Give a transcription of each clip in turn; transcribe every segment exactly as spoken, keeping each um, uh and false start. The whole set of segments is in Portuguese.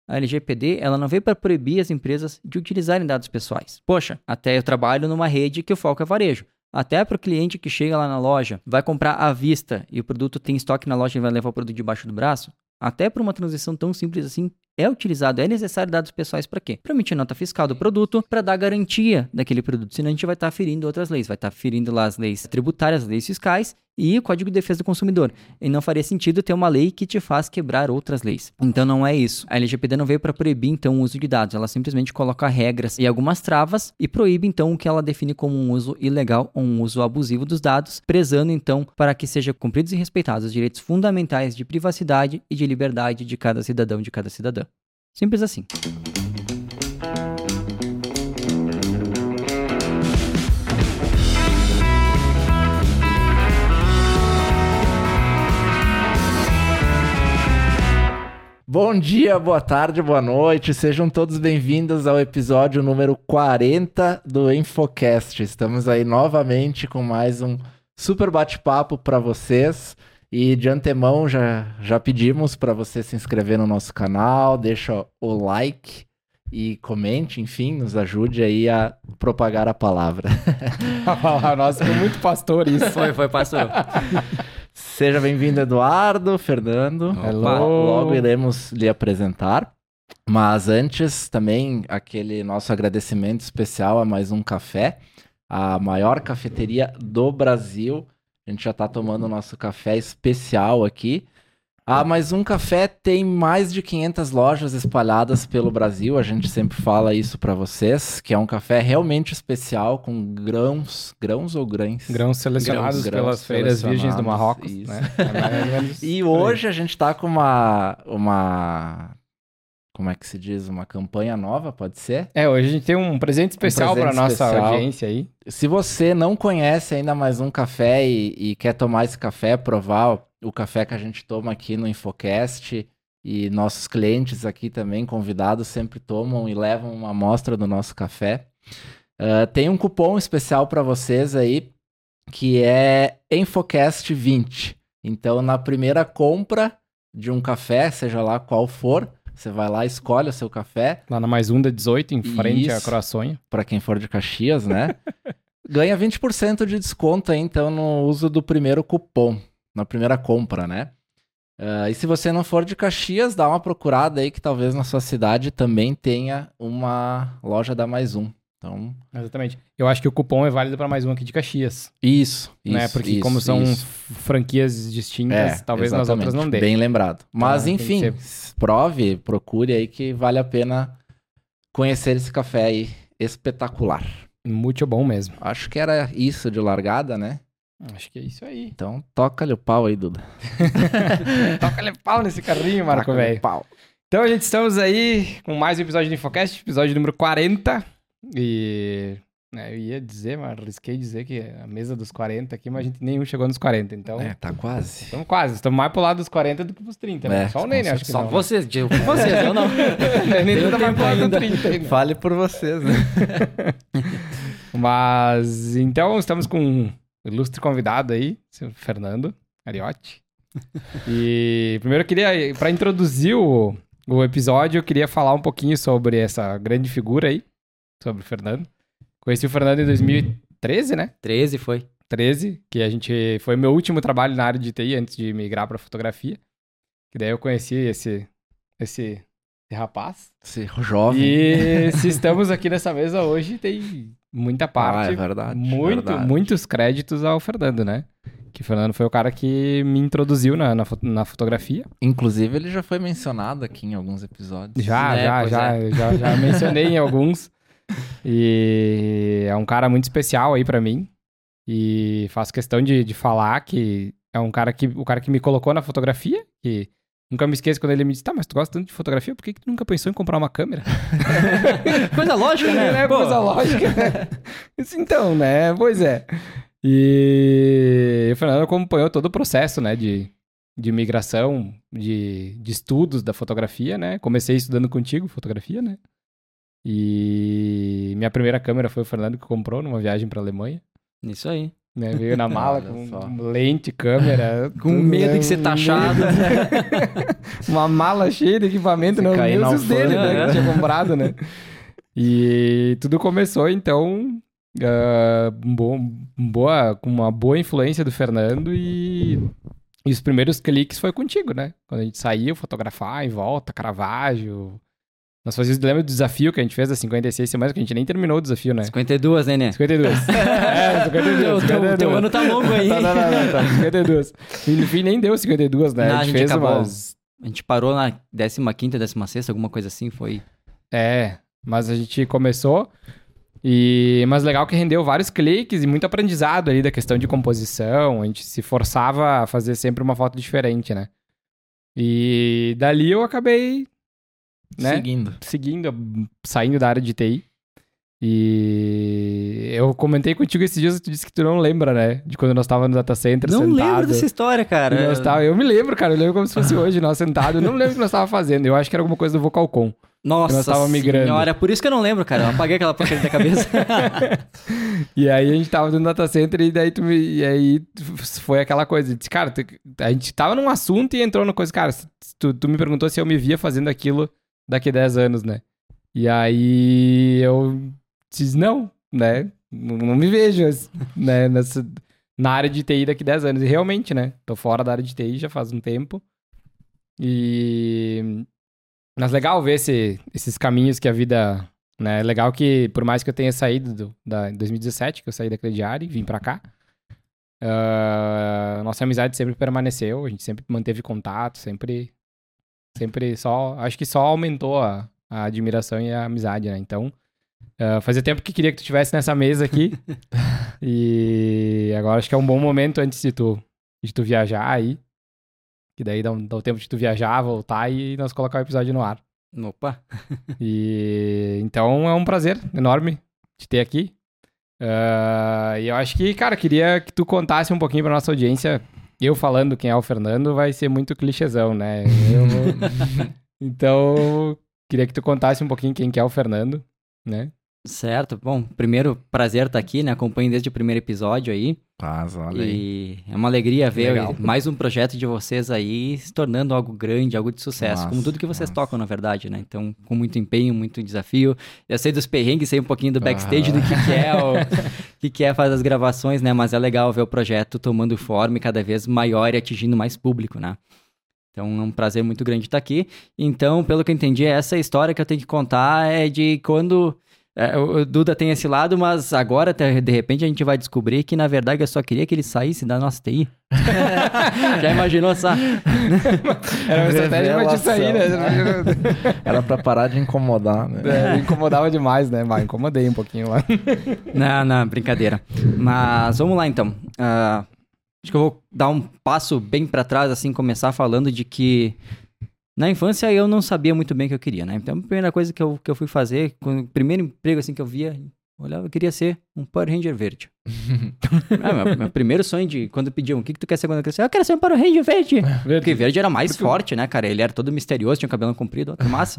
A L G P D, ela não veio para proibir as empresas de utilizarem dados pessoais. Poxa, até eu trabalho numa rede que o foco é varejo. Até para o cliente que chega lá na loja, vai comprar à vista e o produto tem estoque na loja e vai levar o produto debaixo do braço, até para uma transição tão simples assim, é utilizado, é necessário dados pessoais para quê? Para emitir nota fiscal do produto, para dar garantia daquele produto, senão a gente vai estar tá ferindo outras leis, vai estar tá ferindo lá as leis tributárias, as leis fiscais e o Código de Defesa do Consumidor. E não faria sentido ter uma lei que te faz quebrar outras leis. Então não é isso. A L G P D não veio para proibir então o uso de dados, ela simplesmente coloca regras e algumas travas e proíbe então o que ela define como um uso ilegal ou um uso abusivo dos dados, prezando então para que sejam cumpridos e respeitados os direitos fundamentais de privacidade e de liberdade de cada cidadão e de cada cidadã. Simples assim. Bom dia, boa tarde, boa noite, sejam todos bem-vindos ao episódio número quarenta do Infocast. Estamos aí novamente com mais um super bate-papo para vocês e de antemão já, já pedimos para você se inscrever no nosso canal, deixa o like e comente, enfim, nos ajude aí a propagar a palavra. A palavra, nossa, foi muito pastor isso. Foi, foi pastor. Seja bem-vindo, Eduardo, Fernando. Hello. Logo iremos lhe apresentar. Mas antes, também, aquele nosso agradecimento especial a Mais Um Café, a maior cafeteria do Brasil. A gente já está tomando o nosso café especial aqui. A Mais Um Café tem mais de quinhentas lojas espalhadas pelo Brasil. A gente sempre fala isso para vocês, que é um café realmente especial, com grãos, grãos ou grãos? Grãos selecionados grãos, pelas feiras virgens do Marrocos. Isso. Né? É mais ou menos E hoje a gente está com uma, uma... Como é que se diz? Uma campanha nova, pode ser? É, hoje a gente tem um presente especial Um presente para nossa especial. audiência aí. Se você não conhece ainda Mais Um Café e, e quer tomar esse café, provar o café que a gente toma aqui no Infocast, e nossos clientes aqui também, convidados, sempre tomam e levam uma amostra do nosso café, uh, tem um cupom especial para vocês aí, que é Infocast vinte. Então, na primeira compra de um café, seja lá qual for, você vai lá, escolhe o seu café. Lá na Mais Um da dezoito, em frente Isso. à Croaçonha. Para quem for de Caxias, né? Ganha vinte por cento de desconto aí, então, no uso do primeiro cupom, na primeira compra, né? Uh, e se você não for de Caxias, dá uma procurada aí que talvez na sua cidade também tenha uma loja da Mais Um. Então... Exatamente. Eu acho que o cupom é válido para Mais Um aqui de Caxias. Isso, isso, né? Porque isso, como são isso. franquias distintas, É, talvez nas exatamente. outras não dê. Bem lembrado. Mas, Então, tem enfim, que prove, procure aí que vale a pena conhecer esse café aí espetacular. Muito bom mesmo. Acho que era isso de largada, né? Acho que é isso aí. Então, toca-lhe o pau aí, Duda. Toca-lhe pau nesse carrinho, Marco, Toca-lhe o velho. pau. Então, gente, estamos aí com mais um episódio do Infocast, episódio número quarenta. E né, eu ia dizer, mas arrisquei dizer que a mesa dos quarenta aqui, mas a gente nenhum chegou nos quarenta, então... É, tá quase. Estamos quase, estamos mais pro lado dos quarenta do que pros trinta, né? É, Só o Nene, acho que Só não. vocês, digo com vocês, eu não. O Nene tá mais pro lado do ainda. trinta ainda. Fale por vocês, né? Mas, então, estamos com um ilustre convidado aí, seu Fernando Ariotti. E primeiro eu queria, para introduzir o, o episódio, eu queria falar um pouquinho sobre essa grande figura aí, sobre o Fernando. Conheci o Fernando em dois mil e treze, né? treze foi. treze, que a gente... Foi meu último trabalho na área de T I antes de migrar pra fotografia. Que daí eu conheci esse, esse, esse rapaz. Esse jovem. E se estamos aqui nessa mesa hoje, tem muita parte. Ah, é verdade. Muito, verdade. muitos créditos ao Fernando, né? Que o Fernando foi o cara que me introduziu na, na, na fotografia. Inclusive, ele já foi mencionado aqui em alguns episódios. Já, É, já, pois já, é. já, já mencionei em alguns. E é um cara muito especial aí pra mim. E faço questão de, de falar que é um cara que o cara que me colocou na fotografia. Que nunca me esqueço quando ele me disse: tá, mas tu gosta tanto de fotografia, por que, que tu nunca pensou em comprar uma câmera? Coisa lógica, né? É, Pô. coisa lógica. Isso então, né? Pois é. E o Fernando acompanhou todo o processo, né? De, de migração, de, de estudos da fotografia, né? Comecei estudando contigo fotografia, né? E minha primeira câmera foi o Fernando que comprou numa viagem pra Alemanha. Isso aí. né? Veio na mala Olha com só. lente, câmera. Com tudo, medo né? de ser Um taxado. medo. Uma mala cheia de equipamento, Se não cair na mesmo os dele, alfândega, né? né? Que tinha comprado, né? E tudo começou, então, ah, um bom, um boa, com uma boa influência do Fernando e, e os primeiros cliques foi contigo, né? Quando a gente saiu, fotografar em volta, Caravaggio. Nós fazíamos, lembra do desafio que a gente fez das cinquenta e seis semanas, que a gente nem terminou o desafio, né? cinquenta e duas, né, né? cinquenta e dois. É, cinquenta e dois. O teu, teu ano tá longo aí. Tá, tá, tá, tá, tá, cinquenta e dois. E no fim nem deu cinquenta e dois, né? Não, a gente fez acabou. umas... A gente parou na décima quinta, décima sexta, alguma coisa assim, foi... É, mas a gente começou... E... Mas legal que rendeu vários cliques e muito aprendizado ali da questão de composição. A gente se forçava a fazer sempre uma foto diferente, né? E dali eu acabei... Né? Seguindo. Seguindo, saindo da área de T I. E eu comentei contigo esses dias, tu disse que tu não lembra, né? De quando nós estávamos no data center Não sentado. lembro dessa história, cara. E nós tava, eu me lembro, cara, eu lembro como se fosse hoje, nós sentados. Eu não lembro o que nós estávamos fazendo, eu acho que era alguma coisa do Vocalcom. Nossa nós tava migrando. senhora, por isso que eu não lembro, cara. Eu apaguei aquela porcaria da cabeça. E aí a gente tava no data center e daí tu me, e aí foi aquela coisa, disse, cara, tu, a gente tava num assunto e entrou na coisa, cara, tu, tu me perguntou se eu me via fazendo aquilo daqui a dez anos, né? E aí eu disse, não, né? Não, não me vejo, né? Nessa, na área de T I daqui a dez anos. E realmente, né? Tô fora da área de T I já faz um tempo. E... Mas legal ver esse, esses caminhos que a vida... Né? Legal que, por mais que eu tenha saído do, da, em dois mil e dezessete, que eu saí da Crediário e vim pra cá, uh, nossa amizade sempre permaneceu, a gente sempre manteve contato, sempre... Sempre só... Acho que só aumentou a, a admiração e a amizade, né? Então, uh, fazia tempo que queria que tu estivesse nessa mesa aqui. E agora acho que é um bom momento antes de tu, de tu viajar aí. Que daí dá, um, dá o tempo de tu viajar, voltar e nós colocar o episódio no ar. Opa. E então é um prazer enorme te ter aqui. Uh, e eu acho que, cara, queria que tu contasse um pouquinho pra nossa audiência. Eu falando quem é o Fernando vai ser muito clichêzão, né? Eu... Então, queria que tu contasse um pouquinho quem que é o Fernando, né? Certo. Bom, primeiro, prazer estar aqui, né? Acompanho desde o primeiro episódio aí. Paz, olha aí. E é uma alegria ver Legal. mais um projeto de vocês aí se tornando algo grande, algo de sucesso. Nossa, como tudo que vocês nossa. tocam, na verdade, né? Então, com muito empenho, muito desafio. Eu sei dos perrengues, sei um pouquinho do backstage, Ah. do que, que é o que, que é fazer as gravações, né? Mas é legal ver o projeto tomando forma e cada vez maior e atingindo mais público, né? Então, é um prazer muito grande estar aqui. Então, pelo que eu entendi, essa história que eu tenho que contar é de quando... É, o Duda tem esse lado, mas agora, até, de repente, a gente vai descobrir que, na verdade, eu só queria que ele saísse da nossa T I. Já imaginou só? Era uma estratégia pra te sair, né? Era pra parar de incomodar, né? É, incomodava demais, né? Mas incomodei um pouquinho lá. Não, não, brincadeira. Mas vamos lá, então. Ah, acho que eu vou dar um passo bem pra trás, assim, começar falando de que na infância eu não sabia muito bem o que eu queria, né? Então a primeira coisa que eu, que eu fui fazer, quando, o primeiro emprego assim que eu via, eu olhava, eu queria ser um Power Ranger verde. ah, meu, meu primeiro sonho de quando pediam, o que, que tu quer ser quando crescer? Eu quero ser um Power Ranger verde. Porque verde era mais Porque- forte, né, cara? Ele era todo misterioso, tinha o cabelo comprido, ó, que massa.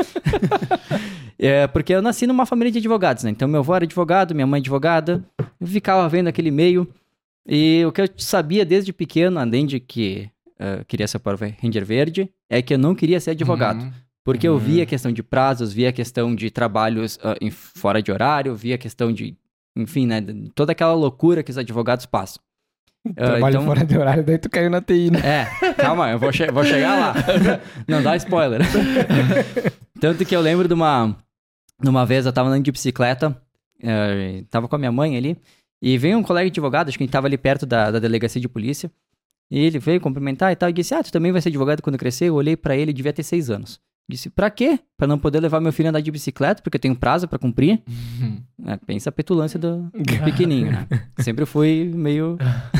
É, porque eu nasci numa família de advogados, né? Então meu avô era advogado, minha mãe advogada. Eu ficava vendo aquele meio. E o que eu sabia desde pequeno, além de que uh, queria ser Power Ranger verde, é que eu não queria ser advogado. Uhum. Porque eu via Uhum. a questão de prazos, via a questão de trabalhos uh, em- fora de horário, via a questão de, enfim, né? de- Toda aquela loucura que os advogados passam. Uh, Trabalho então- fora de horário, daí tu caiu na T I, né? É, calma, eu vou, che- vou chegar lá. Não dá spoiler. Tanto que eu lembro de uma, de uma vez, eu tava andando de bicicleta, eh, tava com a minha mãe ali, e veio um colega advogado, acho que a gente tava ali perto da, da delegacia de polícia, e ele veio cumprimentar e tal, e disse, ah, tu também vai ser advogado quando crescer? Eu olhei pra ele, ele devia ter seis anos. Disse, pra quê? Pra não poder levar meu filho a andar de bicicleta, porque eu tenho prazo pra cumprir? É, pensa a petulância do, do pequenininho, né? Sempre fui meio...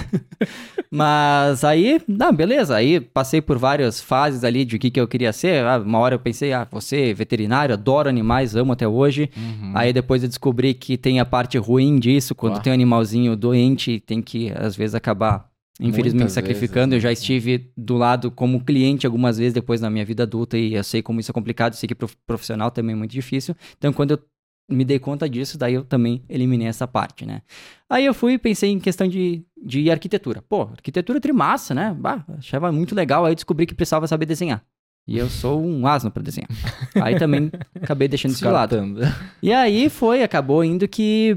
Mas aí, não, beleza. Aí passei por várias fases ali de o que, que eu queria ser. Ah, uma hora eu pensei, ah, vou ser veterinário, adoro animais, amo até hoje. Uhum. Aí depois eu descobri que tem a parte ruim disso, quando Uau. tem um animalzinho doente, tem que, às vezes, acabar, infelizmente, Muitas sacrificando. vezes, Eu já né? estive do lado como cliente algumas vezes depois na minha vida adulta e eu sei como isso é complicado, sei que prof- profissional também é muito difícil. Então, quando eu me dei conta disso, daí eu também eliminei essa parte, né? Aí eu fui e pensei em questão de, de arquitetura. Pô, arquitetura é trimassa, né? Bah, achava muito legal, aí descobri que precisava saber desenhar. E eu sou um asno pra desenhar. Aí também acabei deixando isso de lado. E aí foi, acabou indo que...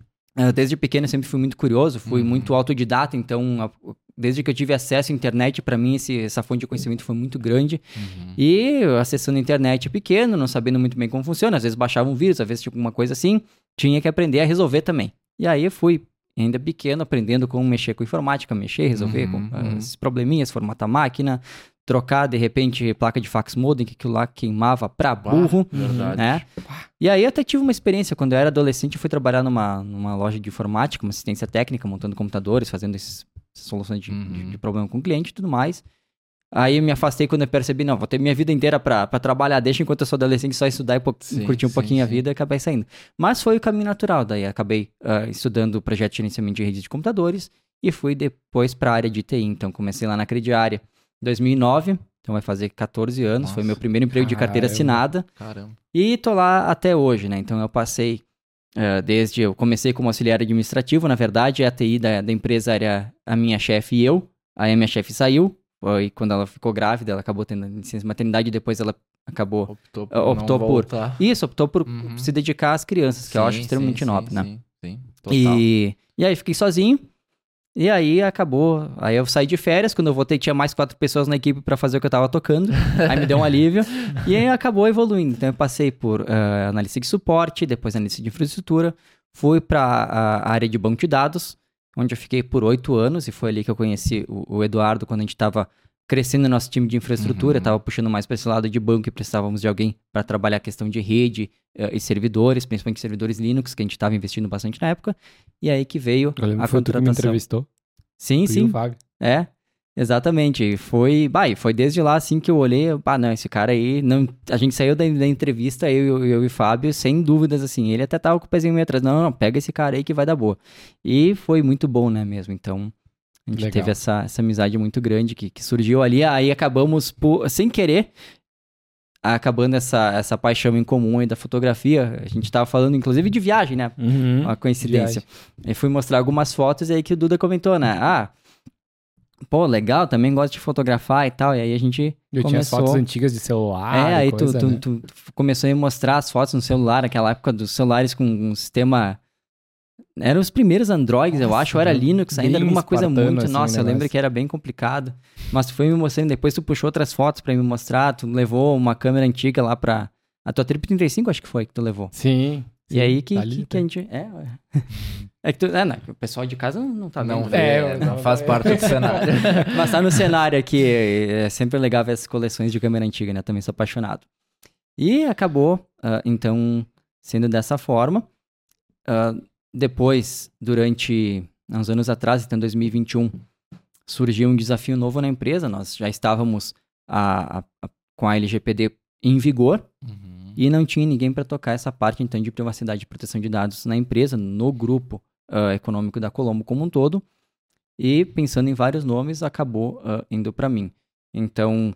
Desde pequeno eu sempre fui muito curioso, fui uhum. muito autodidata, então desde que eu tive acesso à internet, para mim esse, essa fonte de conhecimento foi muito grande. Uhum. E acessando a internet pequeno, não sabendo muito bem como funciona, às vezes baixava um vírus, às vezes tinha alguma coisa assim, tinha que aprender a resolver também. E aí eu fui, ainda pequeno, aprendendo como mexer com informática, mexer, resolver uhum. com uh, esses probleminhas, formatar a máquina, trocar, de repente, placa de fax modem, que aquilo lá queimava pra burro, ah, né? E aí eu até tive uma experiência, quando eu era adolescente, eu fui trabalhar numa, numa loja de informática, uma assistência técnica, montando computadores, fazendo esses, essas soluções de, uhum. de, de problema com o cliente e tudo mais. Aí eu me afastei quando eu percebi, não, vou ter minha vida inteira pra, pra trabalhar, deixa enquanto eu sou adolescente só estudar e po- sim, curtir um sim, pouquinho sim. a vida e acabei saindo. Mas foi o caminho natural, daí acabei uh, estudando o projeto de gerenciamento de redes de computadores e fui depois pra área de T I, então comecei lá na Crediária. dois mil e nove, então vai fazer catorze anos, Nossa, foi meu primeiro emprego caramba, de carteira assinada. Caramba. E tô lá até hoje, né? Então eu passei uh, desde... Eu comecei como auxiliar administrativo, na verdade, a T I da, da empresa era a minha chefe e eu. Aí a minha chefe saiu, foi quando ela ficou grávida, ela acabou tendo licença de maternidade e depois ela acabou... Optou por uh, optou por Isso, optou por uhum. se dedicar às crianças, que sim, eu acho extremamente sim, nobre, sim, né? Sim, sim, total. E, e aí fiquei sozinho. E aí acabou, aí eu saí de férias, quando eu voltei tinha mais quatro pessoas na equipe para fazer o que eu tava tocando, aí me deu um alívio, e aí acabou evoluindo. Então eu passei por uh, analista de suporte, depois analista de infraestrutura, fui para a área de banco de dados, onde eu fiquei por oito anos, e foi ali que eu conheci o, o Eduardo, quando a gente tava crescendo no nosso time de infraestrutura, uhum. tava puxando mais para esse lado de banco e precisávamos de alguém para trabalhar a questão de rede uh, e servidores, principalmente servidores Linux, que a gente estava investindo bastante na época, e aí que veio eu lembro a que foi contratação. Tu que me entrevistou. Sim, tu sim. E o Fábio. É, exatamente. Foi, bah, foi desde lá assim que eu olhei, ah, não, esse cara aí, não, a gente saiu da, da entrevista, eu, eu e o Fábio, sem dúvidas, assim, ele até tava com o pezinho meio atrás, não, não, não, pega esse cara aí que vai dar boa. E foi muito bom, né, mesmo, então... A gente Legal. teve essa, essa amizade muito grande que, que surgiu ali, aí acabamos, por, sem querer, acabando essa, essa paixão em comum aí da fotografia. A gente tava falando, inclusive, de viagem, né? Uhum, uma coincidência. Eu fui mostrar algumas fotos e aí que o Duda comentou, né? Ah, pô, legal, também gosto de fotografar e tal. E aí a gente Eu começou... tinha as fotos antigas de celular. É, aí coisa, tu, né? tu, tu começou a mostrar as fotos no celular, aquela época dos celulares com um sistema... Eram os primeiros Androids, Nossa, eu acho, ou era Linux, ainda era alguma coisa muito... Assim, Nossa, eu lembro que era bem complicado. Mas tu foi me mostrando, depois tu puxou outras fotos pra me mostrar, tu levou uma câmera antiga lá pra... A tua Trip trinta e cinco, acho que foi, que tu levou. Sim. E sim, aí que, tá que, ali, que a gente... É, é que tu... É, não, o pessoal de casa não, não tá não vendo. Vê, é, não, não faz parte do cenário. Mas tá no cenário aqui, é sempre legal ver essas coleções de câmera antiga, né? Também sou apaixonado. E acabou, uh, então, sendo dessa forma... Uh, Depois, durante uns anos atrás, então em dois mil e vinte e um, surgiu um desafio novo na empresa. Nós já estávamos a, a, a, com a L G P D em vigor uhum. e não tinha ninguém para tocar essa parte então de privacidade e proteção de dados na empresa, no grupo uh, econômico da Colombo como um todo. E pensando em vários nomes, acabou uh, indo para mim. Então,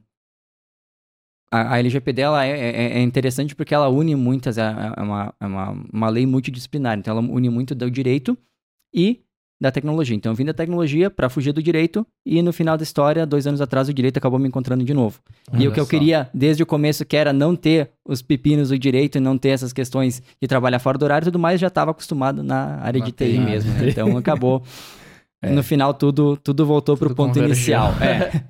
a, a L G P D ela é, é, é interessante porque ela une muitas, é, é, uma, é uma, uma lei multidisciplinar, então ela une muito do direito e da tecnologia. Então eu vim da tecnologia para fugir do direito e no final da história, dois anos atrás, o direito acabou me encontrando de novo. Olha e o que só. eu queria desde o começo, que era não ter os pepinos do direito e não ter essas questões de trabalhar fora do horário e tudo mais, já estava acostumado na área na de T I mesmo. Né? Então acabou... É. No final, tudo, tudo voltou para o ponto convergiu. inicial. É.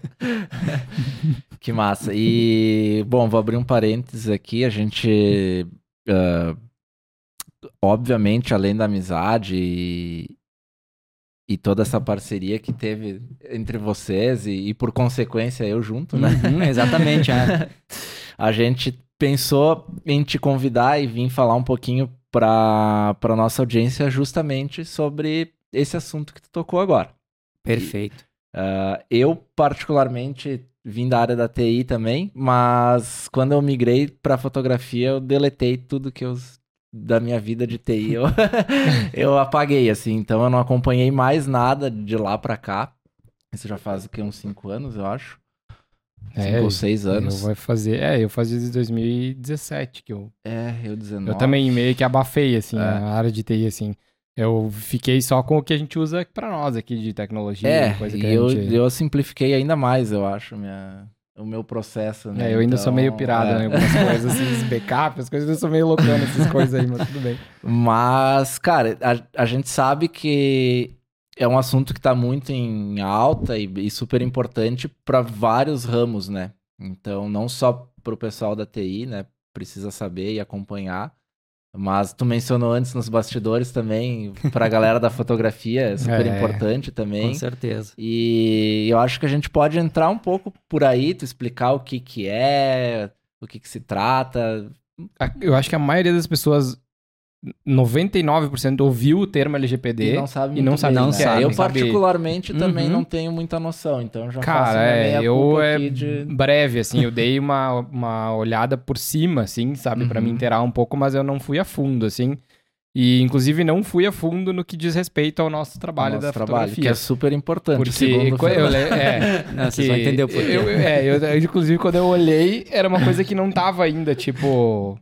Que massa. E, bom, vou abrir um parênteses aqui. A gente, uh, obviamente, além da amizade e, e toda essa parceria que teve entre vocês e, e por consequência, eu junto, né? Uhum, exatamente. É. A gente pensou em te convidar e vir falar um pouquinho para a nossa audiência justamente sobre... esse assunto que tu tocou agora. Perfeito. E, uh, eu, particularmente, vim da área da T I também, mas quando eu migrei para fotografia, eu deletei tudo que eu... da minha vida de T I. Eu, eu apaguei, assim. Então, eu não acompanhei mais nada de lá para cá. Isso já faz o quê? Uns cinco anos, eu acho. Cinco ou seis anos. Eu vou fazer... É, eu fazia desde dois mil e dezessete que eu... É, eu dezenove. Eu também meio que abafei, assim, É. a área de T I, assim. Eu fiquei só com o que a gente usa pra nós aqui de tecnologia. É, coisa que e a eu, gente... eu simplifiquei ainda mais, eu acho, minha, o meu processo, né? É, eu ainda Então, sou meio pirado, é. né? Algumas coisas, assim, os backups, as coisas, eu sou meio loucão nessas coisas aí, mas tudo bem. Mas, cara, a, a gente sabe que é um assunto que tá muito em alta e, e super importante para vários ramos, né? Então, não só pro pessoal da T I, né? Precisa saber e acompanhar. Mas tu mencionou antes nos bastidores também, pra galera da fotografia, é super É, importante também. Com certeza. E eu acho que a gente pode entrar um pouco por aí, tu explicar o que que é, o que que se trata. A- Eu acho que a maioria das pessoas, noventa e nove por cento, ouviu o termo L G P D E não sabe e não muito sabe bem, o né? que é. Eu não sabe- particularmente também Uhum. não tenho muita noção, então já faço Cara, minha é, meia eu culpa é aqui de... breve, assim, eu dei uma, uma olhada por cima, assim, sabe, pra Uhum. me inteirar um pouco, mas eu não fui a fundo, assim. E, inclusive, não fui a fundo no que diz respeito ao nosso trabalho nosso da trabalho, fotografia. que é super importante, Porque segundo o quando eu, Fernando. le- é, Não, vocês que vão entender o porquê. Eu, é, eu, eu, inclusive, quando eu olhei, era uma coisa que não tava ainda, tipo...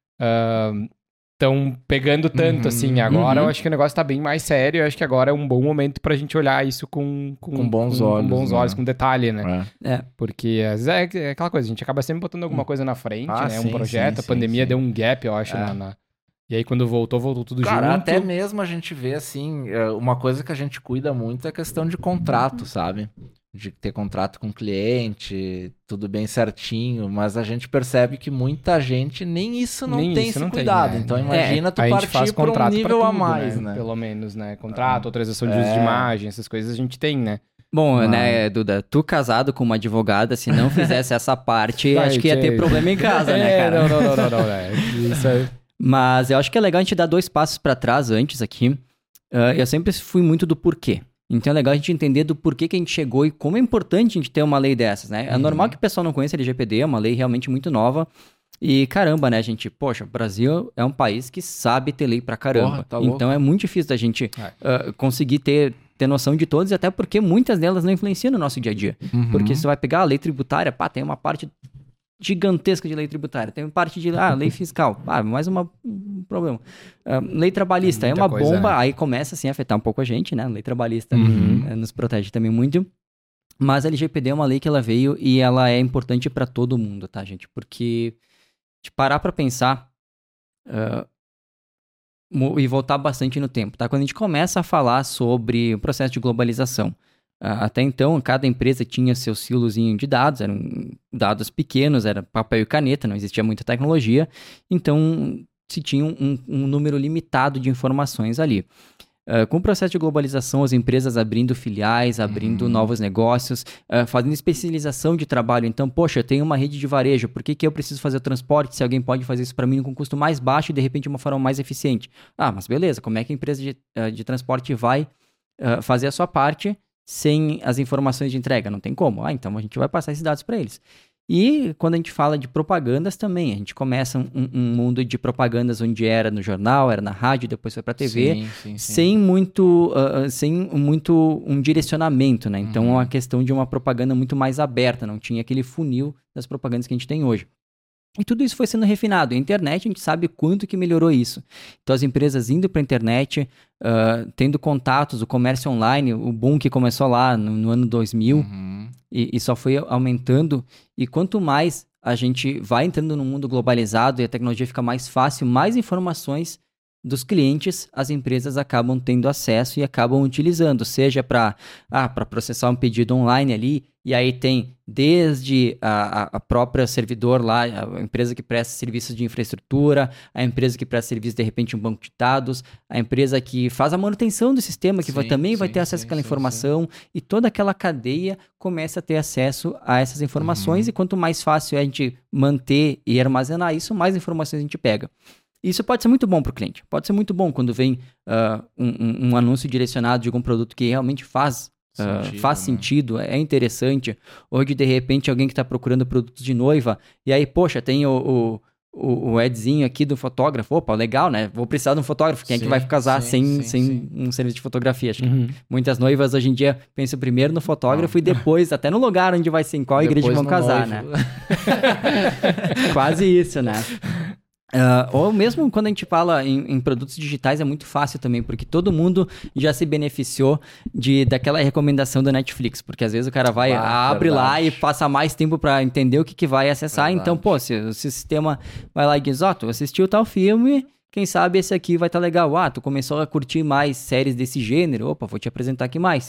Estão pegando tanto, Uhum, assim. Agora uhum. eu acho que o negócio tá bem mais sério. Eu acho que agora é um bom momento pra gente olhar isso com... Com bons com, olhos, Com bons né? olhos, com detalhe, né? É. É, Porque às vezes é é aquela coisa, a gente acaba sempre botando alguma coisa na frente, Ah, né? sim, Um projeto, sim, a pandemia sim, deu sim. um gap, eu acho, É. na, na- E aí quando voltou, voltou tudo Cara, junto. até mesmo a gente vê, assim, é, uma coisa que a gente cuida muito é a questão de contrato, sabe? De ter contrato com o cliente, tudo bem certinho, mas a gente percebe que muita gente nem isso não Nem tem isso esse não tem, cuidado. né? Então É, imagina tu a gente partir faz para um contrato pra nível a tudo, mais, né? Pelo menos, né? Contrato, autorização de É. uso de imagem, essas coisas a gente tem, né? bom, Mas- né, Duda, tu casado com uma advogada, se não fizesse essa parte, Vai, acho que ia ter tchê. problema em casa, né, É, cara? não, não, não, não, não, né? Isso aí. Mas eu acho que é legal a gente dar dois passos pra trás antes aqui. Ah, eu sempre fui muito do porquê. Então é legal a gente entender do porquê que a gente chegou e como é importante a gente ter uma lei dessas, né? É Uhum. normal que o pessoal não conheça L G P D, é uma lei realmente muito nova. E caramba, né, gente? Poxa, o Brasil é um país que sabe ter lei pra caramba. Porra, tá louco. Então é muito difícil da gente É. ah, conseguir ter, ter noção de todas, até porque muitas delas não influenciam no nosso dia a dia. Uhum. Porque você vai pegar a lei tributária, pá, tem uma parte gigantesca de lei tributária, tem parte de ah, lei fiscal, ah, mais uma, um problema. Ah, lei trabalhista, É é muita uma coisa, bomba, né? aí começa assim a afetar um pouco a gente, né? A lei trabalhista Uhum. eh, nos protege também muito. Mas a L G P D é uma lei que ela veio e ela é importante para todo mundo, tá, gente? Porque de parar para pensar ah, mo- e voltar bastante no tempo, tá? Quando a gente começa a falar sobre o processo de globalização, ah, até então cada empresa tinha seu silozinho de dados, eram dados pequenos, era papel e caneta, não existia muita tecnologia, então se tinha um, um número limitado de informações ali. Uh, com o processo de globalização, as empresas abrindo filiais, abrindo Uhum. novos negócios, uh, fazendo especialização de trabalho. Então, poxa, eu tenho uma rede de varejo, por que, que eu preciso fazer o transporte se alguém pode fazer isso para mim com custo mais baixo e de repente de uma forma mais eficiente? Ah, mas beleza, como é que a empresa de, uh, de transporte vai uh, fazer a sua parte sem as informações de entrega? Não tem como. Ah, então a gente vai passar esses dados para eles. E quando a gente fala de propagandas também, a gente começa um, um mundo de propagandas onde era no jornal, era na rádio, depois foi para T V, Sim, sim, sim. sem muito, uh, sem muito um direcionamento, né? Então, é Uhum. uma questão de uma propaganda muito mais aberta, não tinha aquele funil das propagandas que a gente tem hoje. E tudo isso foi sendo refinado. A internet, a gente sabe quanto que melhorou isso. Então, as empresas indo para a internet, uh, tendo contatos, o comércio online, o boom que começou lá no, no ano dois mil, Uhum. e, e só foi aumentando. E quanto mais a gente vai entrando no mundo globalizado e a tecnologia fica mais fácil, mais informações dos clientes as empresas acabam tendo acesso e acabam utilizando, seja para ah, para processar um pedido online ali, e aí tem desde a, a- a própria servidor lá, a empresa que presta serviços de infraestrutura, a empresa que presta serviço de repente um banco de dados, a empresa que faz a manutenção do sistema, que vai, Sim, também vai sim, ter acesso sim, àquela sim, informação, e toda aquela cadeia começa a ter acesso a essas informações, Uhum. e quanto mais fácil é a gente manter e armazenar isso, mais informações a gente pega. Isso pode ser muito bom para o cliente. Pode ser muito bom quando vem ah, um, um- um anúncio direcionado de algum produto que realmente faz, ah, Sentido, faz né? sentido, é interessante. Ou de, de repente, alguém que está procurando produtos de noiva, e aí, poxa, tem o, o, o, o Edzinho aqui do fotógrafo, opa, legal, né? Vou precisar de um fotógrafo. Quem Sim, é que vai casar sim, sem, sim, sem sim. um serviço de fotografia? Acho que Uhum. muitas noivas hoje em dia pensam primeiro no fotógrafo e depois, até no lugar onde vai ser, em qual igreja Depois vão no casar, noivo. né? Quase isso, né? Ah, ou mesmo quando a gente fala em, em produtos digitais é muito fácil também, porque todo mundo já se beneficiou de, daquela recomendação da Netflix, porque às vezes o cara vai, Ah, abre lá verdade. e passa mais tempo pra entender o que, que vai acessar, Verdade. então, pô, se, se o sistema vai lá e diz, ó, tu assistiu tal filme, quem sabe esse aqui vai estar legal, ah, tu começou a curtir mais séries desse gênero, opa, vou te apresentar aqui mais.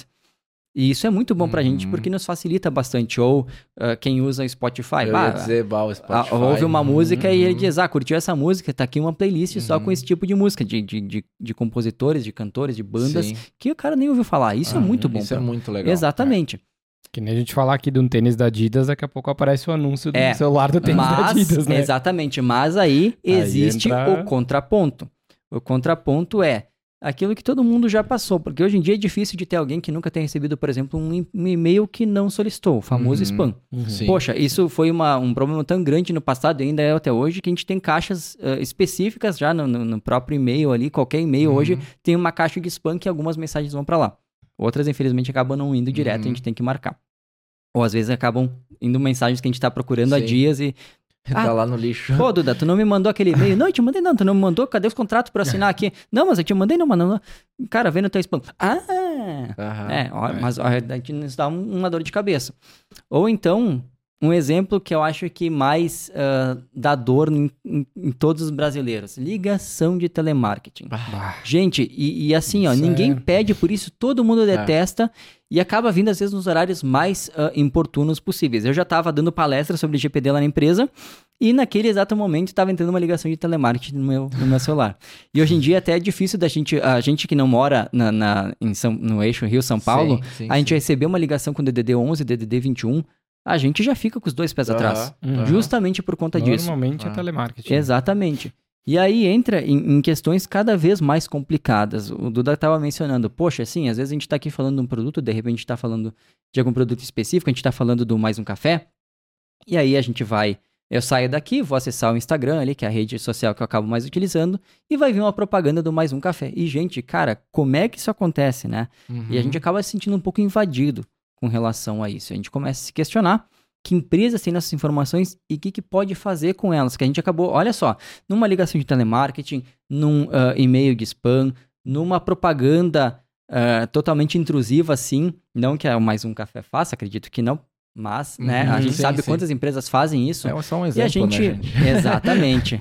E isso é muito bom pra gente, Uhum. porque nos facilita bastante, ou ah, quem usa o Spotify, Eu bah, ia dizer, bah, o ah, Spotify. ouve uma música e ele Uhum. diz, ah, curtiu essa música, tá aqui uma playlist só Uhum. com esse tipo de música, de, de, de, de compositores, de cantores, de bandas, Sim. que o cara nem ouviu falar. Isso é Ah, muito bom. Isso é pra- muito legal. Exatamente. Que nem a gente falar aqui de um tênis da Adidas, daqui a pouco aparece o anúncio do É, celular do tênis da Mas, Adidas, né? exatamente, mas aí existe entra- o contraponto. O contraponto é aquilo que todo mundo já passou, porque hoje em dia é difícil de ter alguém que nunca tenha recebido, por exemplo, um, e- um e-mail que não solicitou, o famoso Uhum. spam. Uhum. Sim. Poxa, isso foi uma, um problema tão grande no passado e ainda é até hoje, que a gente tem caixas eh, específicas já no, no- no próprio e-mail ali, qualquer e-mail Uhum. hoje tem uma caixa de spam que algumas mensagens vão para lá. Outras, infelizmente, acabam não indo direto, Uhum. a gente tem que marcar. Ou às vezes acabam indo mensagens que a gente tá procurando há Sim. dias e... Tá Ah, lá no lixo. Pô, Duda, tu não me mandou aquele e-mail? Não, eu te mandei não, tu não me mandou? Cadê os contratos pra assinar aqui? Não, mas eu te mandei não, mano. Não. Cara, vem no teu spam. Ah! Aham. É, ó, mas ó, a gente nos dá um- uma dor de cabeça. Ou então, um exemplo que eu acho que mais ah, dá dor em, em- em todos os brasileiros. Ligação de telemarketing. Bah. Gente, e, e assim, ó, Isso ninguém é- pede, por isso todo mundo detesta e acaba vindo às vezes nos horários mais ah, importunos possíveis. Eu já estava dando palestra sobre G P D lá na empresa e naquele exato momento estava entrando uma ligação de telemarketing no meu, no meu celular. E hoje em dia até é difícil da gente, a gente que não mora na, na- em São, no eixo Rio-São Paulo, Sim, sim, a gente sim. receber uma ligação com D D D onze, D D D vinte e um, a gente já fica com os dois pés atrás. Aham, Uhum. aham. Justamente por conta disso. Normalmente é Ah. telemarketing. Exatamente. E aí entra em, em questões cada vez mais complicadas. O Duda estava mencionando, poxa, assim, às vezes a gente está aqui falando de um produto, de repente a gente está falando de algum produto específico, a gente está falando do Mais Um Café, e aí a gente vai, eu saio daqui, vou acessar o Instagram ali, que é a rede social que eu acabo mais utilizando, e vai vir uma propaganda do Mais Um Café. E, gente, cara, como é que isso acontece, né? Uhum. E a gente acaba se sentindo um pouco invadido com relação a isso. A gente começa a se questionar que empresas têm essas informações e o que, que pode fazer com elas. Que a gente acabou, olha só, numa ligação de telemarketing, num ah, e-mail de spam, numa propaganda ah, totalmente intrusiva assim, não que é mais um café faça, acredito que não, mas né, a Uhum, gente sim, sabe sim. quantas empresas fazem isso. É só um E exemplo, a gente, né, gente? exatamente.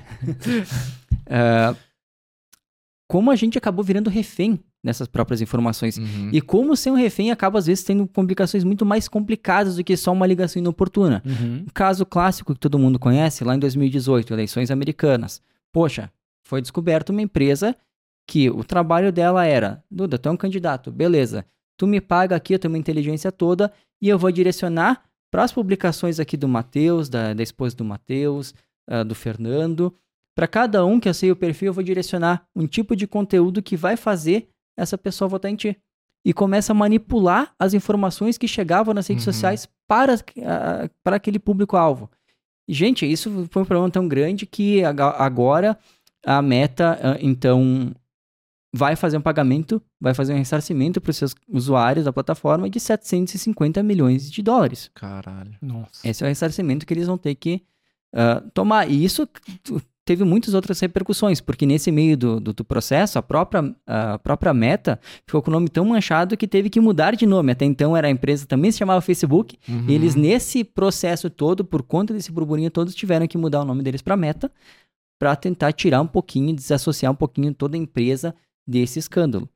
Ah, como a gente acabou virando refém dessas próprias informações. Uhum. E como ser um refém acaba, às vezes, tendo complicações muito mais complicadas do que só uma ligação inoportuna. Uhum. Um caso clássico que todo mundo conhece, lá em dois mil e dezoito, eleições americanas. Poxa, foi descoberta uma empresa que o trabalho dela era, Duda, tu é um candidato, beleza, tu me paga aqui a tua inteligência toda e eu vou direcionar para as publicações aqui do Matheus, da, da esposa do Matheus, ah, do Fernando. Para cada um que eu sei o perfil, eu vou direcionar um tipo de conteúdo que vai fazer essa pessoa votar em ti. E começa a manipular as informações que chegavam nas redes Uhum. sociais para, ah, para aquele público-alvo. E, gente, isso foi um problema tão grande que aga- agora a Meta, ah, então, vai fazer um pagamento, vai fazer um ressarcimento para os seus usuários da plataforma de setecentos e cinquenta milhões de dólares. Caralho. Nossa. Esse é o ressarcimento que eles vão ter que ah, tomar. E isso t- teve muitas outras repercussões, porque nesse meio do, do, do processo, a própria, a própria Meta ficou com o nome tão manchado que teve que mudar de nome. Até então era a empresa, também se chamava Facebook, Uhum. e eles nesse processo todo, por conta desse burburinho todo, tiveram que mudar o nome deles para Meta, para tentar tirar um pouquinho, desassociar um pouquinho toda a empresa desse escândalo.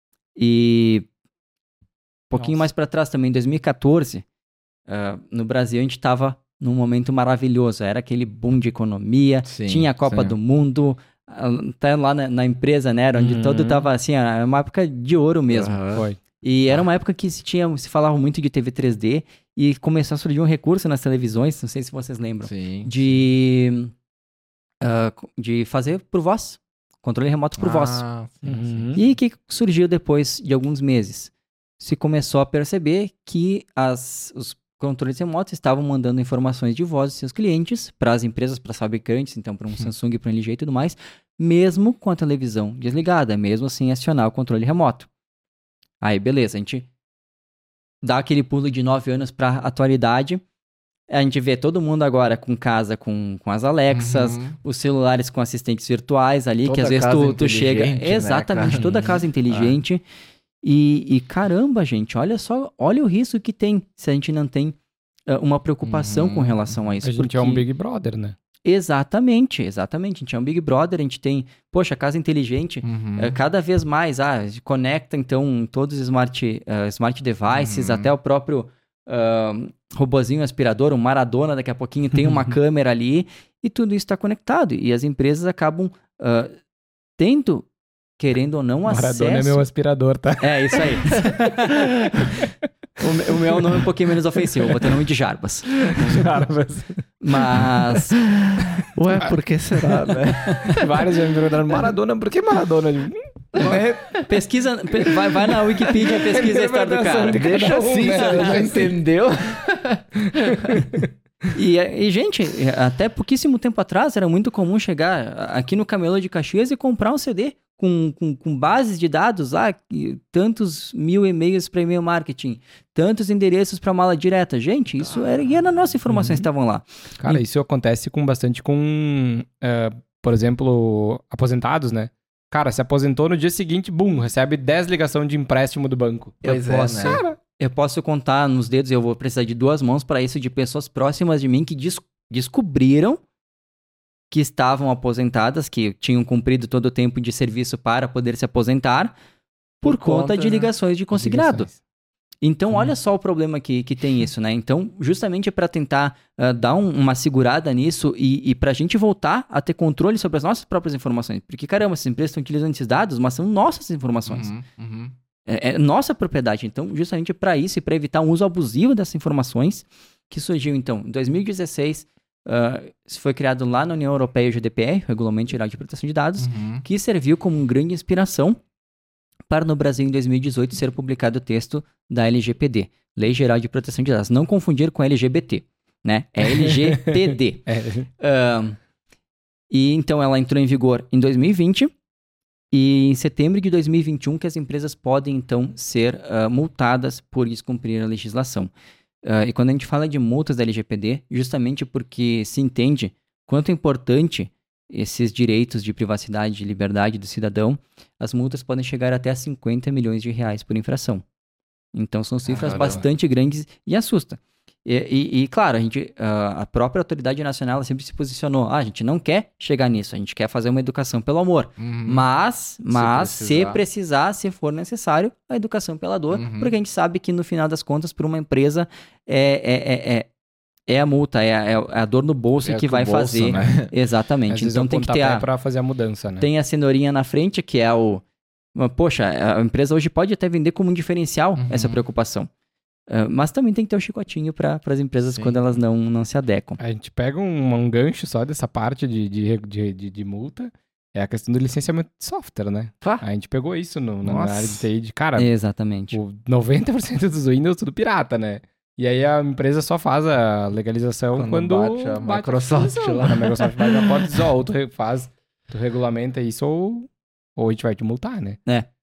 E um pouquinho Nossa. mais para trás também, em dois mil e quatorze, ah, no Brasil a gente estava num momento maravilhoso, era aquele boom de economia, Sim, tinha a Copa sim. do Mundo, ah, até lá na, na empresa, né, era onde Uhum. todo tava assim, era uma época de ouro mesmo. Aham. Foi. E era uma época que se, tinha, se falava muito de T V três D e começou a surgir um recurso nas televisões, não sei se vocês lembram, Sim. de, ah, de fazer por voz, controle remoto por voz. Ah, sim, Uhum. sim. E o que surgiu depois de alguns meses? Se começou a perceber que as, os controles remotos estavam mandando informações de voz dos seus clientes para as empresas, para as fabricantes, então para um Samsung, para um L G e tudo mais, mesmo com a televisão desligada, mesmo sem acionar o controle remoto. Aí, beleza, a gente dá aquele pulo de nove anos para a atualidade. A gente vê todo mundo agora com casa com, com as Alexas, Uhum. os celulares com assistentes virtuais ali, Toda que às vezes casa tu, tu chega... inteligente, né, Exatamente, cara? toda casa inteligente. E, e caramba, gente, olha só, olha o risco que tem se a gente não tem uh, uma preocupação Uhum. com relação a isso. A gente porque... é um Big Brother, né? Exatamente, exatamente. A gente é um Big Brother, a gente tem, poxa, casa inteligente, Uhum. uh, cada vez mais, ah, conecta então todos os smart, uh, smart devices, Uhum. até o próprio uh, robozinho aspirador, um Maradona, daqui a pouquinho tem uma câmera ali, e tudo isso está conectado. E as empresas acabam uh, tendo, querendo ou não, Maradona acesso... é meu aspirador, tá? É, isso aí. o, me- o meu nome é um pouquinho menos ofensivo, vou ter nome de Jarbas. Jarbas. Mas, Ué, por que será, né? Vários já me perguntaram, Maradona, por que Maradona? Eu digo, "Hum, é pesquisa, pe- vai, vai na Wikipedia, pesquisa a história do cara. Deixa Cada um, assim, né? você Deixa já assim. entendeu? E, e, gente, até pouquíssimo tempo atrás era muito comum chegar aqui no Camelô de Caxias e comprar um C D com, com, com bases de dados lá, e tantos mil e-mails para e-mail marketing, tantos endereços para mala direta. Gente, isso era, e era nossas informações que estavam lá. Cara, isso acontece com bastante com, eh, por exemplo, aposentados, né? Cara, se aposentou no dia seguinte, bum, recebe dez ligações de empréstimo do banco. Pois eu é, posso, né? eu posso contar nos dedos, eu vou precisar de duas mãos para isso, de pessoas próximas de mim que des- descobriram que estavam aposentadas, que tinham cumprido todo o tempo de serviço para poder se aposentar, por, Por conta, conta, de né? ligações de consignado. Ligações. Então, Hum. olha só o problema que, que tem isso, né? Então, justamente para tentar ah, dar um- uma segurada nisso e, e para a gente voltar a ter controle sobre as nossas próprias informações. Porque, caramba, essas empresas estão utilizando esses dados, mas são nossas informações. Uhum, uhum. É, é nossa propriedade. Então, justamente para isso e para evitar um uso abusivo dessas informações, que surgiu, então, em dois mil e dezesseis, ah, isso foi criado lá na União Europeia o G D P R, Regulamento Geral de Proteção de Dados, Uhum. que serviu como uma grande inspiração para no Brasil em dois mil e dezoito ser publicado o texto da L G P D, Lei Geral de Proteção de Dados. Não confundir com L G B T, né? É L G P D. É, Ahn, e então ela entrou em vigor em dois mil e vinte e em setembro de dois mil e vinte e um que as empresas podem então ser ah, multadas por descumprir a legislação. Ah, e quando a gente fala de multas da L G P D, justamente porque se entende quanto é importante esses direitos de privacidade e liberdade do cidadão, as multas podem chegar até a cinquenta milhões de reais por infração. Então são cifras Caramba. bastante grandes e assusta. E, e- e, claro, a, gente, ah, a própria autoridade nacional sempre se posicionou, ah, a gente não quer chegar nisso, a gente quer fazer uma educação pelo amor. Uhum. Mas, mas se, precisar. precisar. se for necessário, a educação pela dor, Uhum. porque a gente sabe que no final das contas, para uma empresa, é, é, é, é, é a multa, é a, é a dor no bolso É que com vai o bolso, fazer. né? Exatamente. às vezes Então é um tem que ter pontapé a, pra fazer a mudança, né? tem a cenourinha na frente, que é o... Poxa, a empresa hoje pode até vender como um diferencial Uhum. essa preocupação. Ah, mas também tem que ter o chicotinho para as empresas Sim. quando elas não, não se adequam. A gente pega um, um gancho só dessa parte de, de, de, de, de multa, é a questão do licenciamento de software, né? Pá. A gente pegou isso no, na Nossa. área de T I, de cara, Exatamente. o noventa por cento dos Windows tudo pirata, né? E aí a empresa só faz a legalização Quando quando, bate a Microsoft atualização. lá. Quando a Microsoft bate a porta e diz, ó, ou tu re- faz, tu regulamenta isso ou, ou a gente vai te multar, né?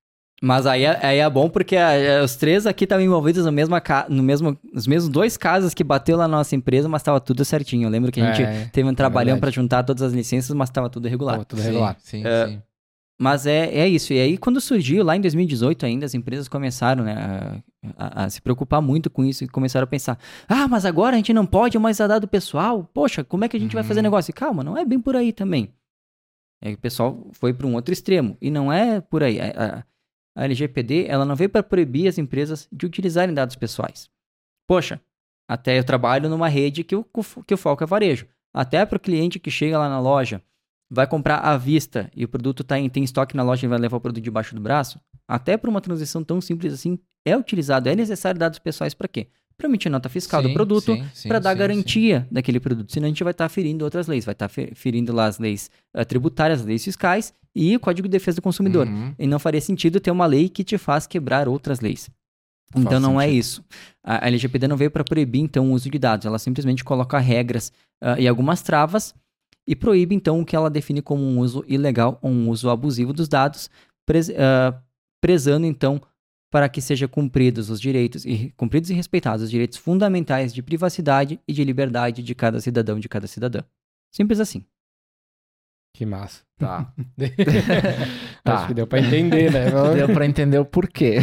Mas aí, é- aí é bom porque ah, os três aqui estavam envolvidos no mesmo, ca- no mesmo, nos mesmos dois casos que bateu lá na nossa empresa, mas estava tudo certinho. Eu lembro que a gente É, teve um trabalhão verdade. para juntar todas as licenças, mas estava tudo regular. Pô, tudo Sim, regular. Sim, É, sim. Mas é, é isso. E aí, quando surgiu, lá em dois mil e dezoito ainda, as empresas começaram, né, a, a- a se preocupar muito com isso e começaram a pensar, ah, mas agora a gente não pode mais dar dado pessoal? Poxa, como é que a gente vai fazer Uhum. negócio? E calma, não é bem por aí também. Aí o pessoal foi para um outro extremo. E não é por aí. A, a- a L G P D, ela não veio para proibir as empresas de utilizarem dados pessoais. Poxa, até eu trabalho numa rede que o, que o foco é varejo. Até para o cliente que chega lá na loja, vai comprar à vista e o produto tá em, tem estoque na loja e vai levar o produto debaixo do braço, até para uma transição tão simples assim, é utilizado, é necessário dados pessoais para quê? Para emitir nota fiscal do Sim, produto, sim, sim, para dar sim, garantia daquele produto. Senão a gente vai estar ferindo outras leis, vai estar ferindo lá as leis uh, tributárias, as leis fiscais e o Código de Defesa do sim. Consumidor. Uhum. E não faria sentido ter uma lei que te faz quebrar outras leis. Então Faz não é sentido. isso. A L G P D não veio para proibir, então, o uso de dados. Ela simplesmente coloca regras uh, e algumas travas e proíbe, então, o que ela define como um uso ilegal ou um uso abusivo dos dados, pres, uh, prezando, então, para que sejam cumpridos os direitos e cumpridos e respeitados os direitos fundamentais de privacidade e de liberdade de cada cidadão e de cada cidadã. Simples assim. Que massa. Tá. Acho Tá. que deu pra entender, né? Deu pra entender o porquê.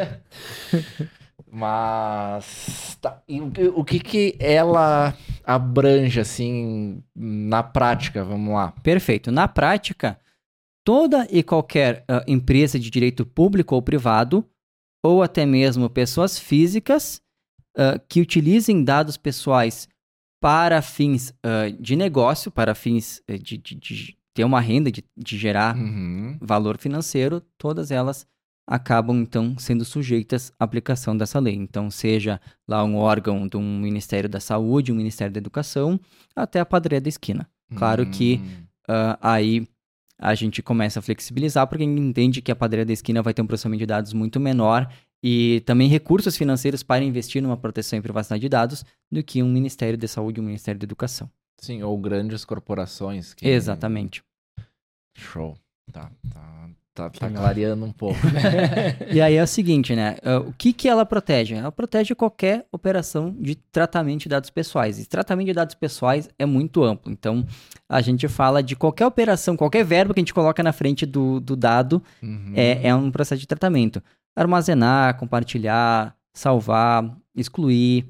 Mas tá. E o, o que que ela abrange, assim, na prática? Vamos lá. Perfeito. Na prática, toda e qualquer uh, empresa de direito público ou privado, ou até mesmo pessoas físicas uh, que utilizem dados pessoais para fins uh, de negócio, para fins uh, de, de, de ter uma renda, de, de gerar Uhum. valor financeiro, todas elas acabam, então, sendo sujeitas à aplicação dessa lei. Então, seja lá um órgão de um Ministério da Saúde, um Ministério da Educação, até a padaria da esquina. Claro que Hum. uh, aí a gente começa a flexibilizar, porque a gente entende que a padaria da esquina vai ter um processamento de dados muito menor e também recursos financeiros para investir numa proteção e privacidade de dados do que um Ministério da Saúde e um Ministério da Educação. Sim, ou grandes corporações. Que... Exatamente. Show. Tá, tá, tá, Que tá massa. clareando um pouco. E aí é o seguinte, né? Uh, o que que ela protege? Ela protege qualquer operação de tratamento de dados pessoais. E tratamento de dados pessoais é muito amplo. Então, a gente fala de qualquer operação, qualquer verbo que a gente coloca na frente do, do dado Uhum. é, é um processo de tratamento. Armazenar, compartilhar, salvar, excluir.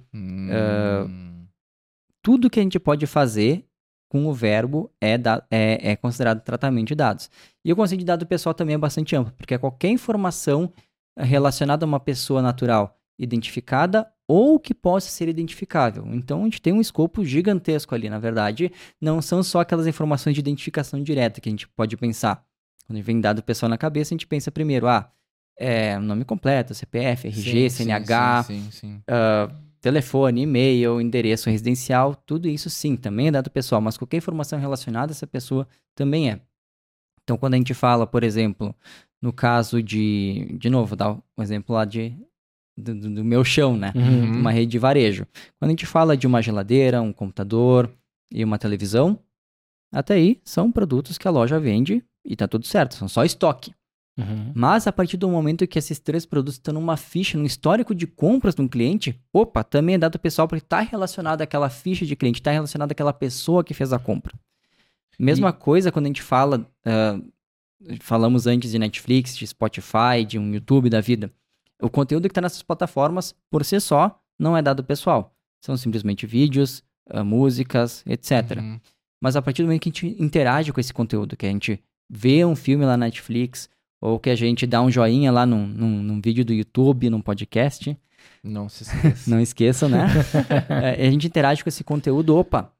Hum. Tudo que a gente pode fazer com o verbo é, da, é, é considerado tratamento de dados. E o conceito de dado pessoal também é bastante amplo, porque é qualquer informação relacionada a uma pessoa natural identificada ou que possa ser identificável. Então, a gente tem um escopo gigantesco ali. Na verdade, não são só aquelas informações de identificação direta que a gente pode pensar. Quando vem dado pessoal na cabeça, a gente pensa primeiro, ah, é, nome completo, C P F, R G, Sim, C N H, Sim, sim, sim. Uh, telefone, e-mail, endereço residencial, tudo isso sim, também é dado pessoal, mas qualquer informação relacionada a essa pessoa também é. Então, quando a gente fala, por exemplo, no caso de, de novo, vou dar um exemplo lá de, do, do meu chão, né? Uhum. Uma rede de varejo. Quando a gente fala de uma geladeira, um computador e uma televisão, até aí são produtos que a loja vende e tá tudo certo, são só estoque. Uhum. Mas a partir do momento que esses três produtos estão numa ficha, num histórico de compras de um cliente, opa, também é dado pessoal porque está relacionado àquela ficha de cliente, está relacionado àquela pessoa que fez a compra. Mesma E- coisa quando a gente fala, uh, falamos antes de Netflix, de Spotify, de um YouTube da vida. O conteúdo que está nessas plataformas, por si só, não é dado pessoal. São simplesmente vídeos, uh, músicas, etcétera. Uhum. Mas a partir do momento que a gente interage com esse conteúdo, que a gente vê um filme lá na Netflix, ou que a gente dá um joinha lá num, num, num vídeo do YouTube, num podcast, Não se esqueça. não esqueçam, né? É, a gente interage com esse conteúdo, opa,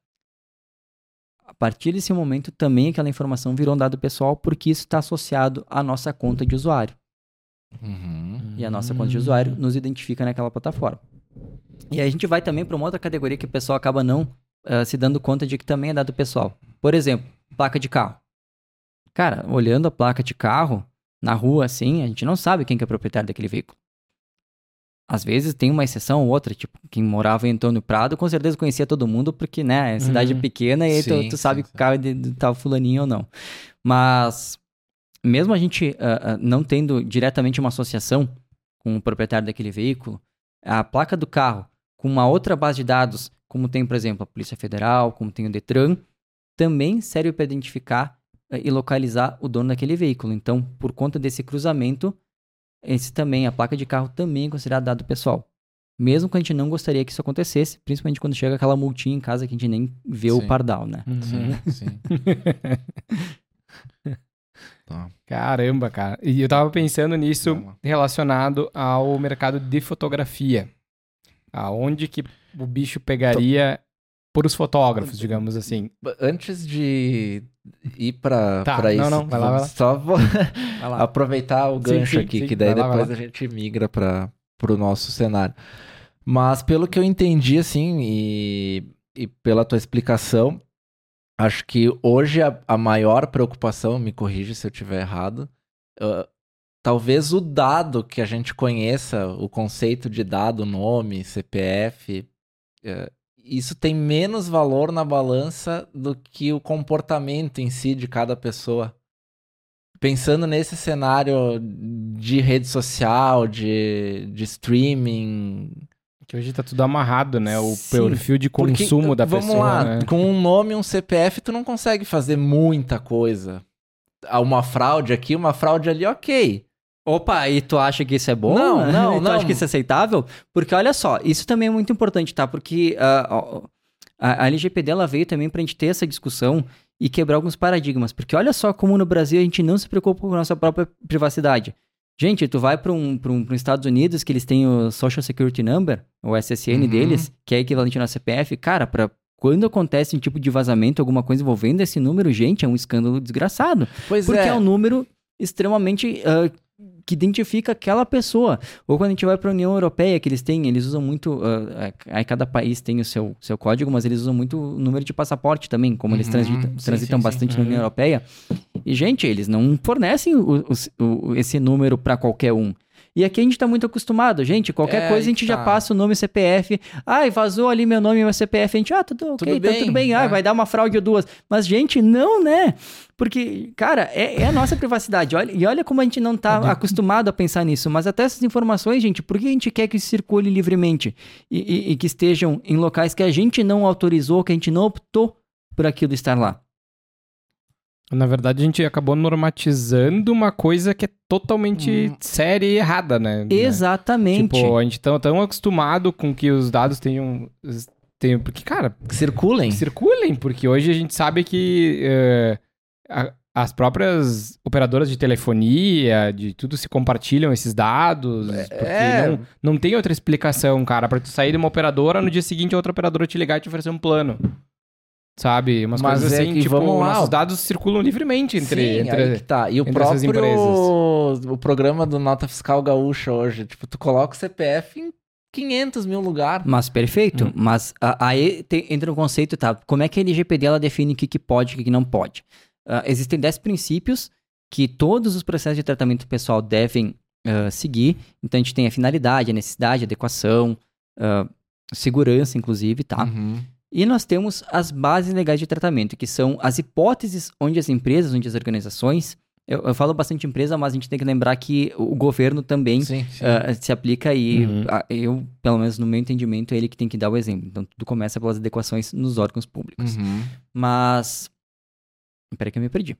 a partir desse momento também aquela informação virou um dado pessoal porque isso está associado à nossa conta de usuário. Uhum. E a nossa conta de usuário nos identifica naquela plataforma. E aí a gente vai também para uma outra categoria que o pessoal acaba não uh, se dando conta de que também é dado pessoal. Por exemplo, placa de carro. Cara, olhando a placa de carro na rua, assim, a gente não sabe quem que é o proprietário daquele veículo. Às vezes tem uma exceção ou outra, tipo, quem morava em Antônio Prado com certeza conhecia todo mundo, porque, né, é cidade Uhum. pequena e aí tu, Sim, tu sabe sim, que o sim. carro é de, de tal fulaninho ou não. Mas, mesmo a gente uh, uh, não tendo diretamente uma associação com o proprietário daquele veículo, a placa do carro com uma outra base de dados, como tem, por exemplo, a Polícia Federal, como tem o Detran, também serve para identificar e localizar o dono daquele veículo. Então, por conta desse cruzamento, esse também, a placa de carro também é considerado dado pessoal. Mesmo que a gente não gostaria que isso acontecesse, principalmente quando chega aquela multinha em casa que a gente nem vê o Sim. pardal, né? Uhum. Sim, sim. Tá. Caramba, cara. E eu tava pensando nisso Vamos lá. relacionado ao mercado de fotografia. Aonde que o bicho pegaria por os fotógrafos, digamos assim. Antes de ir pra, Tá, pra não, isso, não, vai lá, vai lá. só vou Vai lá. aproveitar o Sim, gancho sim, aqui, sim, que daí vai lá, vai depois lá. a gente migra para pro nosso cenário. Mas pelo que eu entendi, assim, e, e pela tua explicação, acho que hoje a, a maior preocupação, me corrige se eu estiver errado, uh, talvez o dado que a gente conheça, o conceito de dado, nome, C P F, é, isso tem menos valor na balança do que o comportamento em si de cada pessoa. Pensando nesse cenário de rede social, de, de streaming... Que hoje tá tudo amarrado, né? O Sim, perfil de consumo porque, da vamos pessoa, lá, né? Com um nome e um C P F, tu não consegue fazer muita coisa. Uma fraude aqui, uma fraude ali, ok. Opa, e tu acha que isso é bom? Não, não, e tu não. acha que isso é aceitável? Porque olha só, isso também é muito importante, tá? Porque uh, a, a L G P D ela veio também pra gente ter essa discussão e quebrar alguns paradigmas. Porque olha só como no Brasil a gente não se preocupa com a nossa própria privacidade. Gente, tu vai para um, pra um, os Estados Unidos, que eles têm o Social Security Number, o S S N uhum. deles, que é equivalente ao nosso C P F. Cara, pra, quando acontece um tipo de vazamento, alguma coisa envolvendo esse número, gente, é um escândalo desgraçado. Pois porque é. é um número extremamente... Uh, que identifica aquela pessoa. Ou quando a gente vai para a União Europeia, que eles têm, eles usam muito... Uh, aí cada país tem o seu, seu código, mas eles usam muito o número de passaporte também, como uhum. eles transitam, sim, transitam sim, bastante sim. na União uhum. Europeia. E, gente, eles não fornecem o, o, o, esse número para qualquer um. E aqui a gente tá muito acostumado, gente, qualquer é, coisa a gente tá. já passa o nome C P F, ai, vazou ali meu nome e meu C P F, a gente, ah, tudo ok, tudo bem, tá tudo bem, ah, é. vai dar uma fraude ou duas. Mas, gente, não, né? Porque, cara, é, é a nossa privacidade, olha, e olha como a gente não tá acostumado a pensar nisso, mas até essas informações, gente, por que a gente quer que circule livremente e, e, e que estejam em locais que a gente não autorizou, que a gente não optou por aquilo estar lá? Na verdade, a gente acabou normatizando uma coisa que é totalmente hum. séria e errada, né? Exatamente. Tipo, a gente tá tão acostumado com que os dados tenham... tenham porque, cara... Circulem. Circulem, porque hoje a gente sabe que uh, a, as próprias operadoras de telefonia, de tudo, se compartilham esses dados. Porque é... não, não tem outra explicação, cara. Pra tu sair de uma operadora, no dia seguinte a outra operadora te ligar e te oferecer um plano. Sabe? Umas Mas coisas é assim, que, tipo, vamos lá, nossos dados circulam livremente entre, Sim, entre, aí que tá. E o próprio o programa do Nota Fiscal Gaúcha hoje, tipo, tu coloca o C P F em quinhentos mil lugares. Mas perfeito, hum. mas a, aí tem, entra o conceito, tá? Como é que a L G P D ela define o que, que pode e o que, que não pode? Uh, existem dez princípios que todos os processos de tratamento pessoal devem uh, seguir. Então a gente tem a finalidade, a necessidade, a adequação, uh, segurança, inclusive, tá? Uhum. E nós temos as bases legais de tratamento, que são as hipóteses onde as empresas, onde as organizações... Eu, eu falo bastante empresa, mas a gente tem que lembrar que o governo também sim, sim. Uh, se aplica e uhum. uh, eu, pelo menos no meu entendimento, é ele que tem que dar o exemplo. Então, tudo começa pelas adequações nos órgãos públicos. Uhum. Mas... Peraí que eu me perdi.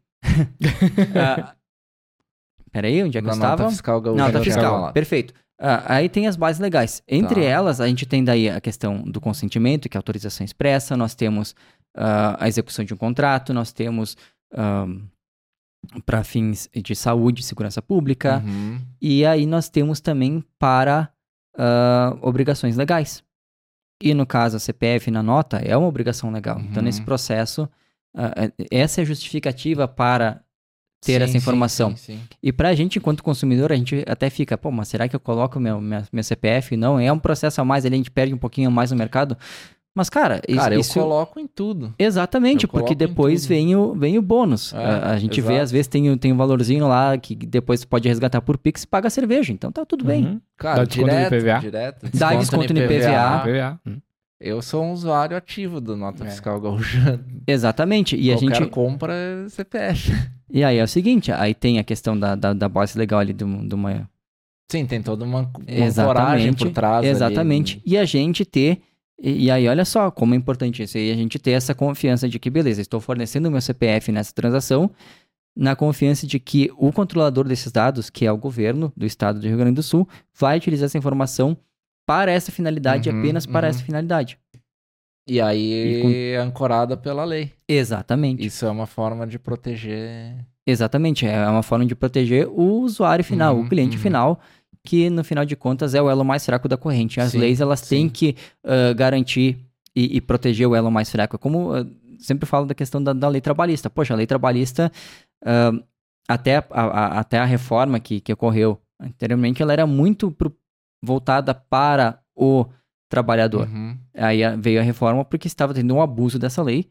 uh, peraí, onde é que Na eu estava? Nota Fiscal Gaúcha. Nota Fiscal, perfeito. Uh, aí tem as bases legais. Entre tá. elas, a gente tem daí a questão do consentimento, que é a autorização expressa, nós temos uh, a execução de um contrato, nós temos um, para fins de saúde e segurança pública, uhum. e aí nós temos também para uh, obrigações legais. E no caso, a C P F na nota é uma obrigação legal. Uhum. Então, nesse processo, uh, essa é a justificativa para ter sim, essa informação. Sim, sim, sim. E pra gente, enquanto consumidor, a gente até fica, pô, mas será que eu coloco meu, minha, meu C P F? Não, é um processo a mais, ali a gente perde um pouquinho mais no mercado. Mas, cara... Cara, isso, eu coloco em tudo. Exatamente, eu porque depois vem o, vem o bônus. É, a, a gente exato. vê, às vezes, tem, tem um valorzinho lá que depois pode resgatar por Pix e paga a cerveja. Então tá tudo bem. Uhum. Cara, dá desconto direto, no I P V A. Direto, desconto dá desconto no I P V A. I P V A. Hum. Eu sou um usuário ativo do Nota é. Fiscal Gaúcha. Exatamente. E Qualquer a gente compra é C P F. E aí é o seguinte, aí tem a questão da, da, da base legal ali de uma... Sim, tem toda uma, uma coragem por trás. Exatamente. Ali. E a gente ter... E, e aí, olha só como é importante isso. E a gente ter essa confiança de que, beleza, estou fornecendo o meu C P F nessa transação, na confiança de que o controlador desses dados, que é o governo do estado do Rio Grande do Sul, vai utilizar essa informação para essa finalidade, uhum, apenas para uhum. essa finalidade. E aí, e com... ancorada pela lei. Exatamente. Isso é uma forma de proteger... Exatamente, é uma forma de proteger o usuário final, uhum, o cliente uhum. final, que no final de contas é o elo mais fraco da corrente. As sim, leis, elas sim. têm que uh, garantir e, e proteger o elo mais fraco. Como uh, sempre falo da questão da, da lei trabalhista. Poxa, a lei trabalhista, uh, até, a, a, até a reforma que, que ocorreu anteriormente, ela era muito pro, voltada para o trabalhador. Uhum. Aí veio a reforma porque estava tendo um abuso dessa lei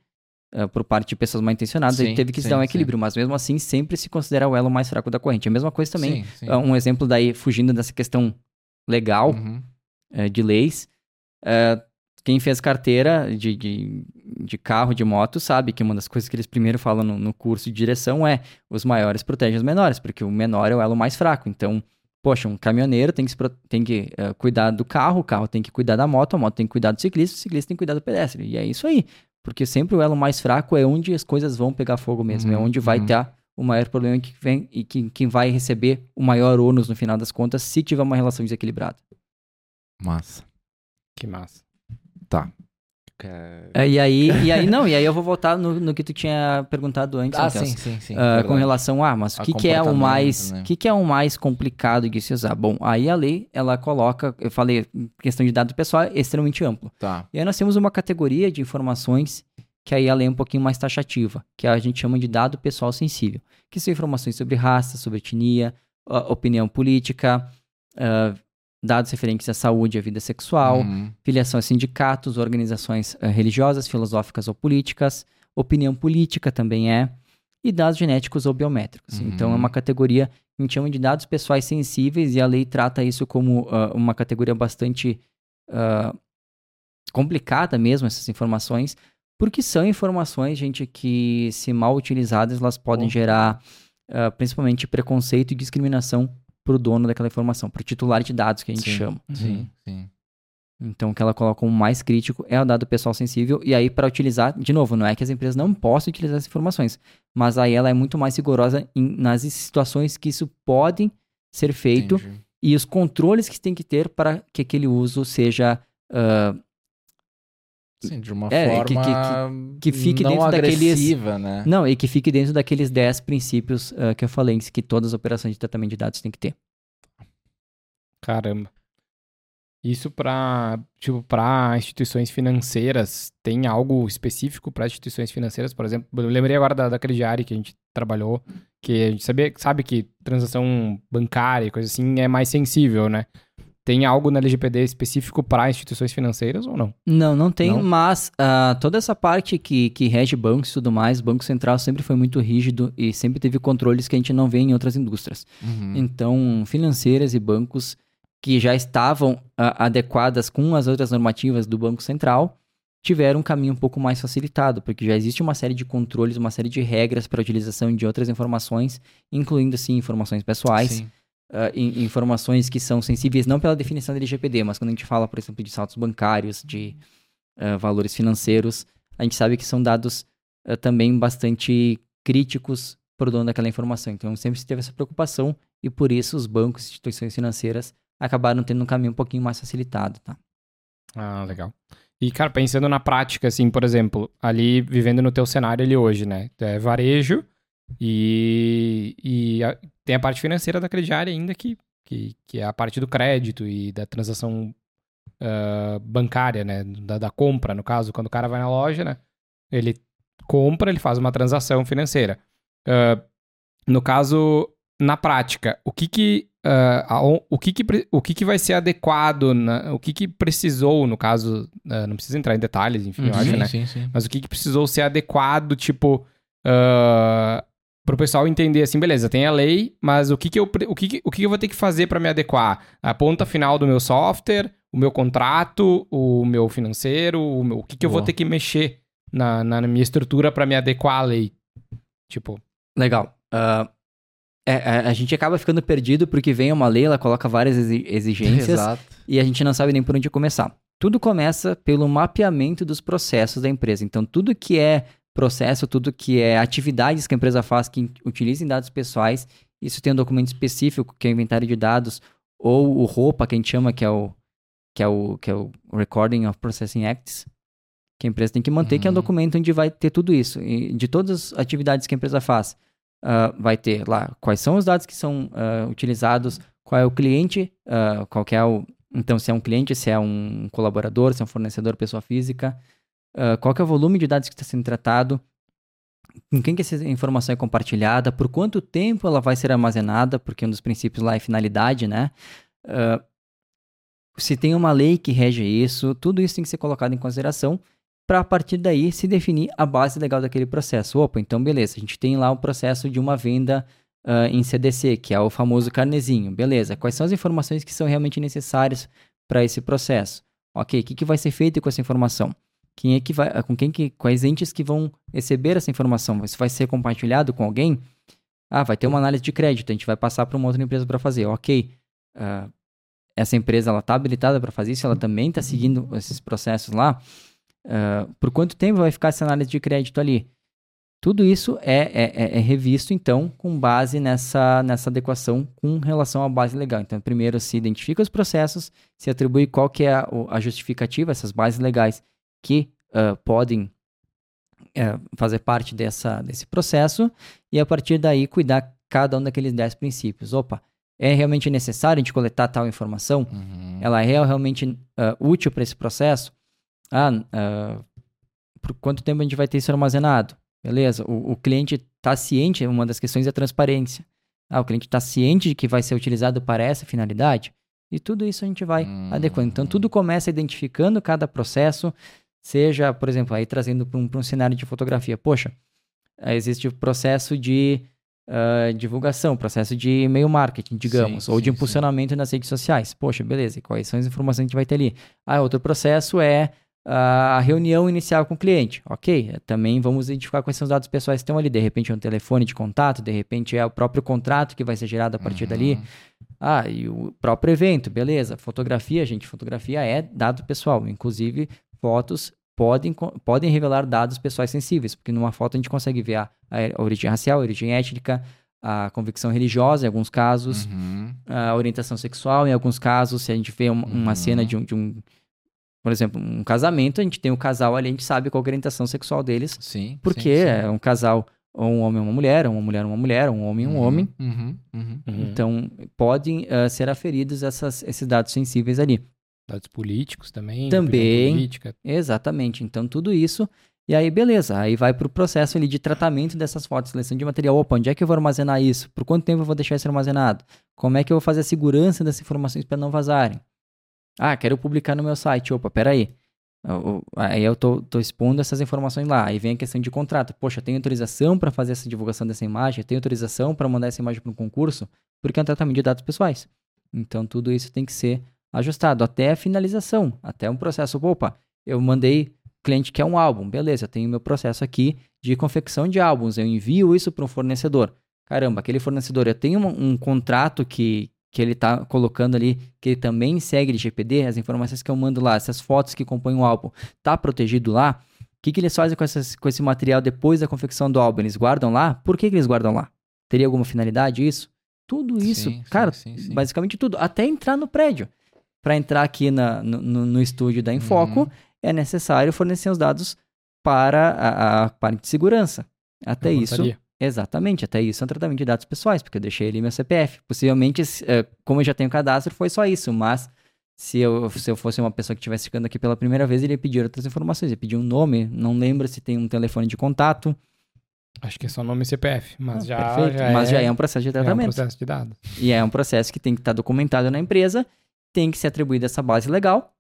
uh, por parte de pessoas mal intencionadas, Sim, aí teve que se sim, dar um sim. equilíbrio, mas mesmo assim sempre se considera o elo mais fraco da corrente. A mesma coisa também, Sim, sim. uh, um exemplo daí, fugindo dessa questão legal, Uhum. uh, de leis, uh, quem fez carteira de, de, de carro, de moto, sabe que uma das coisas que eles primeiro falam no, no curso de direção é os maiores protegem os menores, porque o menor é o elo mais fraco. Então, poxa, um caminhoneiro tem que, se pro- tem que uh, cuidar do carro, o carro tem que cuidar da moto, a moto tem que cuidar do ciclista, o ciclista tem que cuidar do pedestre. E é isso aí, porque sempre o elo mais fraco é onde as coisas vão pegar fogo mesmo, é Uhum, onde vai uhum. ter o maior problema que vem e que, quem vai receber o maior ônus no final das contas se tiver uma relação desequilibrada. Massa. Que massa. Tá. É, e aí, e aí, não, e aí eu vou voltar no, no que tu tinha perguntado antes, Ah, Matheus. sim, sim, sim. Ah, verdade. com relação a, mas o A que, que é o comportamento, mais, né? que, que é o mais complicado de se usar? Bom, aí a lei, ela coloca, eu falei, questão de dado pessoal é extremamente amplo. Tá. E aí nós temos uma categoria de informações que aí a lei é um pouquinho mais taxativa, que a gente chama de dado pessoal sensível, que são informações sobre raça, sobre etnia, ah, opinião política, ah, dados referentes à saúde e à vida sexual, Uhum. filiação a sindicatos, organizações eh, religiosas, filosóficas ou políticas, opinião política também é, e dados genéticos ou biométricos. Uhum. Então é uma categoria que a gente chama de dados pessoais sensíveis e a lei trata isso como ah, uma categoria bastante ah, complicada mesmo, essas informações, porque são informações, gente, que se mal utilizadas, elas podem Oh. gerar ah, principalmente preconceito e discriminação para o dono daquela informação, para o titular de dados que a gente Sim. chama. Sim, sim. Então, o que ela coloca como mais crítico é o dado pessoal sensível. E aí, para utilizar, de novo, não é que as empresas não possam utilizar essas informações, mas aí ela é muito mais rigorosa em- nas situações que isso pode ser feito Entendi. e os controles que tem que ter para que aquele uso seja. ah, Sim, de uma É, que- forma que- que fique não dentro daqueles- agressiva, né? não, e que fique dentro daqueles dez princípios ah, que eu falei, que todas as operações de tratamento de dados têm que ter. Caramba. Isso para, tipo, para instituições financeiras, tem algo específico para instituições financeiras? Por exemplo, eu lembrei agora da, da Crediário que a gente trabalhou, que a gente sabe, sabe que transação bancária e coisa assim é mais sensível, né? Tem algo na L G P D específico para instituições financeiras ou não? Não, não tem, Não? mas ah, toda essa parte que, que rege bancos e tudo mais, o Banco Central sempre foi muito rígido e sempre teve controles que a gente não vê em outras indústrias. Uhum. Então, financeiras e bancos que já estavam ah, adequadas com as outras normativas do Banco Central tiveram um caminho um pouco mais facilitado, porque já existe uma série de controles, uma série de regras para a utilização de outras informações, incluindo, sim, informações pessoais, Sim. ah, in- informações que são sensíveis não pela definição da L G P D, mas quando a gente fala, por exemplo, de saldos bancários, de ah, valores financeiros, a gente sabe que são dados ah, também bastante críticos para o dono daquela informação. Então, sempre se teve essa preocupação e por isso os bancos e instituições financeiras acabaram tendo um caminho um pouquinho mais facilitado, tá? Ah, legal. E, cara, pensando na prática, assim, por exemplo, ali vivendo no teu cenário ali hoje, né? É varejo e, e a- tem a parte financeira da crediária ainda que, que, que é a parte do crédito e da transação ah, bancária, né? Da, da compra, no caso, quando o cara vai na loja, né? Ele compra, ele faz uma transação financeira. Ah, no caso, na prática, o que que, ah, aon- o que, que, pre- o que, que vai ser adequado, na- o que, que precisou, no caso, ah, não precisa entrar em detalhes, enfim, eu Uhum. acho, Sim, né? sim, sim. Mas o que, que precisou ser adequado, tipo, ah, pro pessoal entender assim, beleza, tem a lei, mas o que que eu, pre- o que que, o que que eu vou ter que fazer para me adequar? A ponta final do meu software, o meu contrato, o meu financeiro, o, meu, o que que eu vou Boa. ter que mexer na, na minha estrutura para me adequar à lei? Tipo, Legal. Ah, é, a, a gente acaba ficando perdido porque vem uma lei, ela coloca várias exi- exigências Exato. e a gente não sabe nem por onde começar. Tudo começa pelo mapeamento dos processos da empresa. Então, tudo que é processo, tudo que é atividades que a empresa faz que utilizem dados pessoais, isso tem um documento específico, que é o inventário de dados, ou o ROPA, que a gente chama, que é o, que é o, que é o Recording of Processing Acts, que a empresa tem que manter, que é um Uhum. documento onde vai ter tudo isso. E de todas as atividades que a empresa faz, ah, vai ter lá quais são os dados que são ah, utilizados, qual é o cliente, ah, qual que é o... Então, se é um cliente, se é um colaborador, se é um fornecedor, pessoa física, ah, qual que é o volume de dados que está sendo tratado, com quem que essa informação é compartilhada, por quanto tempo ela vai ser armazenada, porque um dos princípios lá é finalidade, né? Ah, se tem uma lei que rege isso, tudo isso tem que ser colocado em consideração para a partir daí se definir a base legal daquele processo. Opa, então beleza, a gente tem lá o processo de uma venda uh, em C D C, que é o famoso carnezinho. Beleza, quais são as informações que são realmente necessárias para esse processo? Ok, o que, que vai ser feito com essa informação? Quem é que vai, com quem que, quais entes que vão receber essa informação? Isso vai ser compartilhado com alguém? Ah, vai ter uma análise de crédito, a gente vai passar para uma outra empresa para fazer. Ok, uh, essa empresa está habilitada para fazer isso, ela também está seguindo esses processos lá. Uh, por quanto tempo vai ficar essa análise de crédito ali? Tudo isso é, é, é revisto, então, com base nessa, nessa adequação com relação à base legal. Então, primeiro se identifica os processos, se atribui qual que é a, a justificativa, essas bases legais que uh, podem uh, fazer parte dessa, desse processo, e a partir daí cuidar cada um daqueles dez princípios. Opa, é realmente necessário a gente coletar tal informação? Uhum. Ela é realmente uh, útil para esse processo? Ah, uh, por quanto tempo a gente vai ter isso armazenado? Beleza, o, o cliente está ciente, uma das questões é a transparência. Ah, o cliente está ciente de que vai ser utilizado para essa finalidade? E tudo isso a gente vai hum. adequando. Então, tudo começa identificando cada processo, seja, por exemplo, aí trazendo para um, para um cenário de fotografia. Poxa, existe o processo de uh, divulgação, processo de e-mail marketing, digamos, sim, ou sim, de impulsionamento sim. nas redes sociais. Poxa, beleza, e quais são as informações que a gente vai ter ali? Ah, outro processo é a reunião inicial com o cliente. Ok, também vamos identificar quais são os dados pessoais que estão ali. De repente é um telefone de contato, de repente é o próprio contrato que vai ser gerado a partir uhum. dali. Ah, e o próprio evento, beleza. Fotografia, gente, fotografia é dado pessoal. Inclusive, fotos podem, podem revelar dados pessoais sensíveis, porque numa foto a gente consegue ver a, a origem racial, a origem étnica, a convicção religiosa em alguns casos, uhum. a orientação sexual em alguns casos. Se a gente vê uma, uhum. uma cena de um... De um Por exemplo, um casamento, a gente tem um casal ali, a gente sabe qual é a orientação sexual deles. Sim. Porque sim, sim. é um casal, ou um homem e uma mulher, ou uma mulher e uma mulher, ou um homem e um uhum, homem. Uhum, uhum, então, podem uh, ser aferidos essas, esses dados sensíveis ali. Dados políticos também. Também. Política. Exatamente. Então, tudo isso. E aí, beleza. Aí vai para o processo ali de tratamento dessas fotos, seleção de material. Opa, onde é que eu vou armazenar isso? Por quanto tempo eu vou deixar isso armazenado? Como é que eu vou fazer a segurança dessas informações para não vazarem? Ah, quero publicar no meu site. Opa, peraí. Aí eu tô, tô expondo essas informações lá. Aí vem a questão de contrato. Poxa, tem autorização para fazer essa divulgação dessa imagem? Tem autorização para mandar essa imagem para um concurso? Porque é um tratamento de dados pessoais. Então, tudo isso tem que ser ajustado. Até a finalização. Até um processo. Opa, eu mandei... O cliente quer um álbum. Beleza, eu tenho meu processo aqui de confecção de álbuns. Eu envio isso para um fornecedor. Caramba, aquele fornecedor... Eu tenho um, um contrato que... que ele está colocando ali, que ele também segue L G P D, as informações que eu mando lá, essas fotos que compõem o álbum, tá protegido lá? O que, que eles fazem com, essas, com esse material depois da confecção do álbum? Eles guardam lá? Por que, que eles guardam lá? Teria alguma finalidade isso? Tudo isso, sim, cara, sim, sim, sim. basicamente tudo. Até entrar no prédio. Para entrar aqui na, no, no, no estúdio da Infoco, uhum. é necessário fornecer os dados para a, a parte de segurança. Até eu isso... Contaria. Exatamente, até isso é um tratamento de dados pessoais, porque eu deixei ali meu C P F. Possivelmente, como eu já tenho cadastro, foi só isso, mas se eu, se eu fosse uma pessoa que estivesse chegando aqui pela primeira vez, ele ia pedir outras informações, ele ia pedir um nome, não lembro se tem um telefone de contato. Acho que é só nome e C P F, mas, ah, já, já, mas é, já é um processo de tratamento. É um processo de dados. E é um processo que tem que estar documentado na empresa, tem que ser atribuída essa base legal,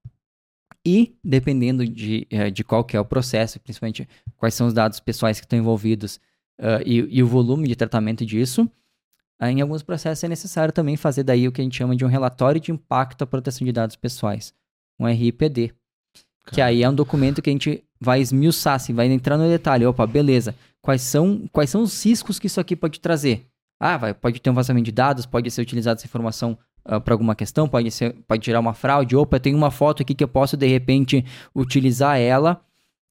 e dependendo de, de qual que é o processo, principalmente quais são os dados pessoais que estão envolvidos, Uh, e, e o volume de tratamento disso, uh, em alguns processos é necessário também fazer daí o que a gente chama de um relatório de impacto à proteção de dados pessoais, um R I P D, Caramba. Que aí é um documento que a gente vai esmiuçar, assim, vai entrar no detalhe, opa, beleza, quais são, quais são os riscos que isso aqui pode trazer? Ah, vai, pode ter um vazamento de dados, pode ser utilizada essa informação uh, para alguma questão, pode, ser, pode gerar uma fraude, opa, tem uma foto aqui que eu posso de repente utilizar ela.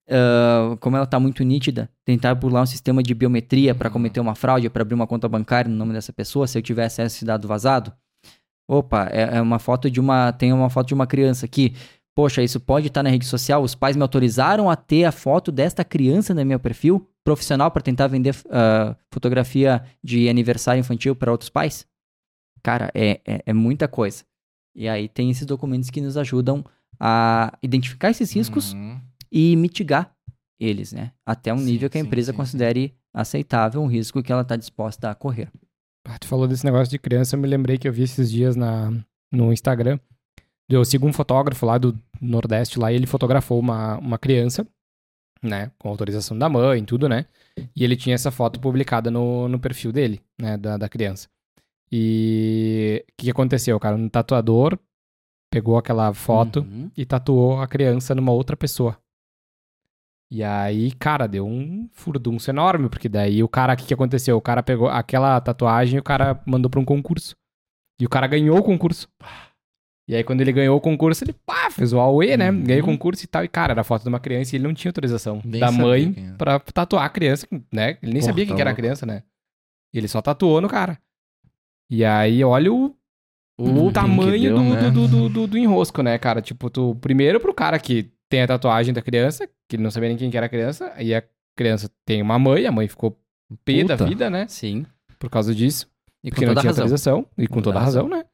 Uh, como ela está muito nítida, tentar burlar um sistema de biometria para cometer uma fraude, para abrir uma conta bancária no nome dessa pessoa, se eu tiver acesso a esse dado vazado. Opa, é, é uma foto de uma, tem uma foto de uma criança aqui. Poxa, isso pode estar tá na rede social, os pais me autorizaram a ter a foto desta criança no meu perfil profissional para tentar vender uh, fotografia de aniversário infantil para outros pais? Cara, é, é, é muita coisa. E aí tem esses documentos que nos ajudam a identificar esses riscos uhum. e mitigar eles, né? Até um sim, nível que a empresa sim, sim, considere sim. aceitável um risco que ela está disposta a correr. Ah, tu falou desse negócio de criança, eu me lembrei que eu vi esses dias na, no Instagram. Eu sigo um fotógrafo lá do Nordeste, lá, e ele fotografou uma, uma criança né? Com autorização da mãe, tudo, né? E ele tinha essa foto publicada no, no perfil dele, né? Da, da criança. E o que, que aconteceu, cara? Um tatuador pegou aquela foto Uhum. e tatuou a criança numa outra pessoa. E aí, cara, deu um furdunço enorme, porque daí o cara, o que, que aconteceu? O cara pegou aquela tatuagem e o cara mandou pra um concurso. E o cara ganhou o concurso. E aí, quando ele ganhou o concurso, ele pá, fez o Aue, né? Uhum. Ganhou o concurso e tal. E, cara, era a foto de uma criança e ele não tinha autorização Nem da sabia mãe quem era. pra tatuar a criança, né? Ele nem Porra, sabia quem tá que era a louco. criança, né? Ele só tatuou no cara. E aí, olha o, o O tamanho que deu, do, né? do, do, do, do enrosco, né, cara? Tipo, tu, primeiro pro cara que tem a tatuagem da criança, que ele não sabia nem quem que era a criança, e a criança tem uma mãe, a mãe ficou pé da Puta. vida, né? Sim. Por causa disso. E com Porque não toda tinha razão. autorização. E com, Com toda toda a razão, né?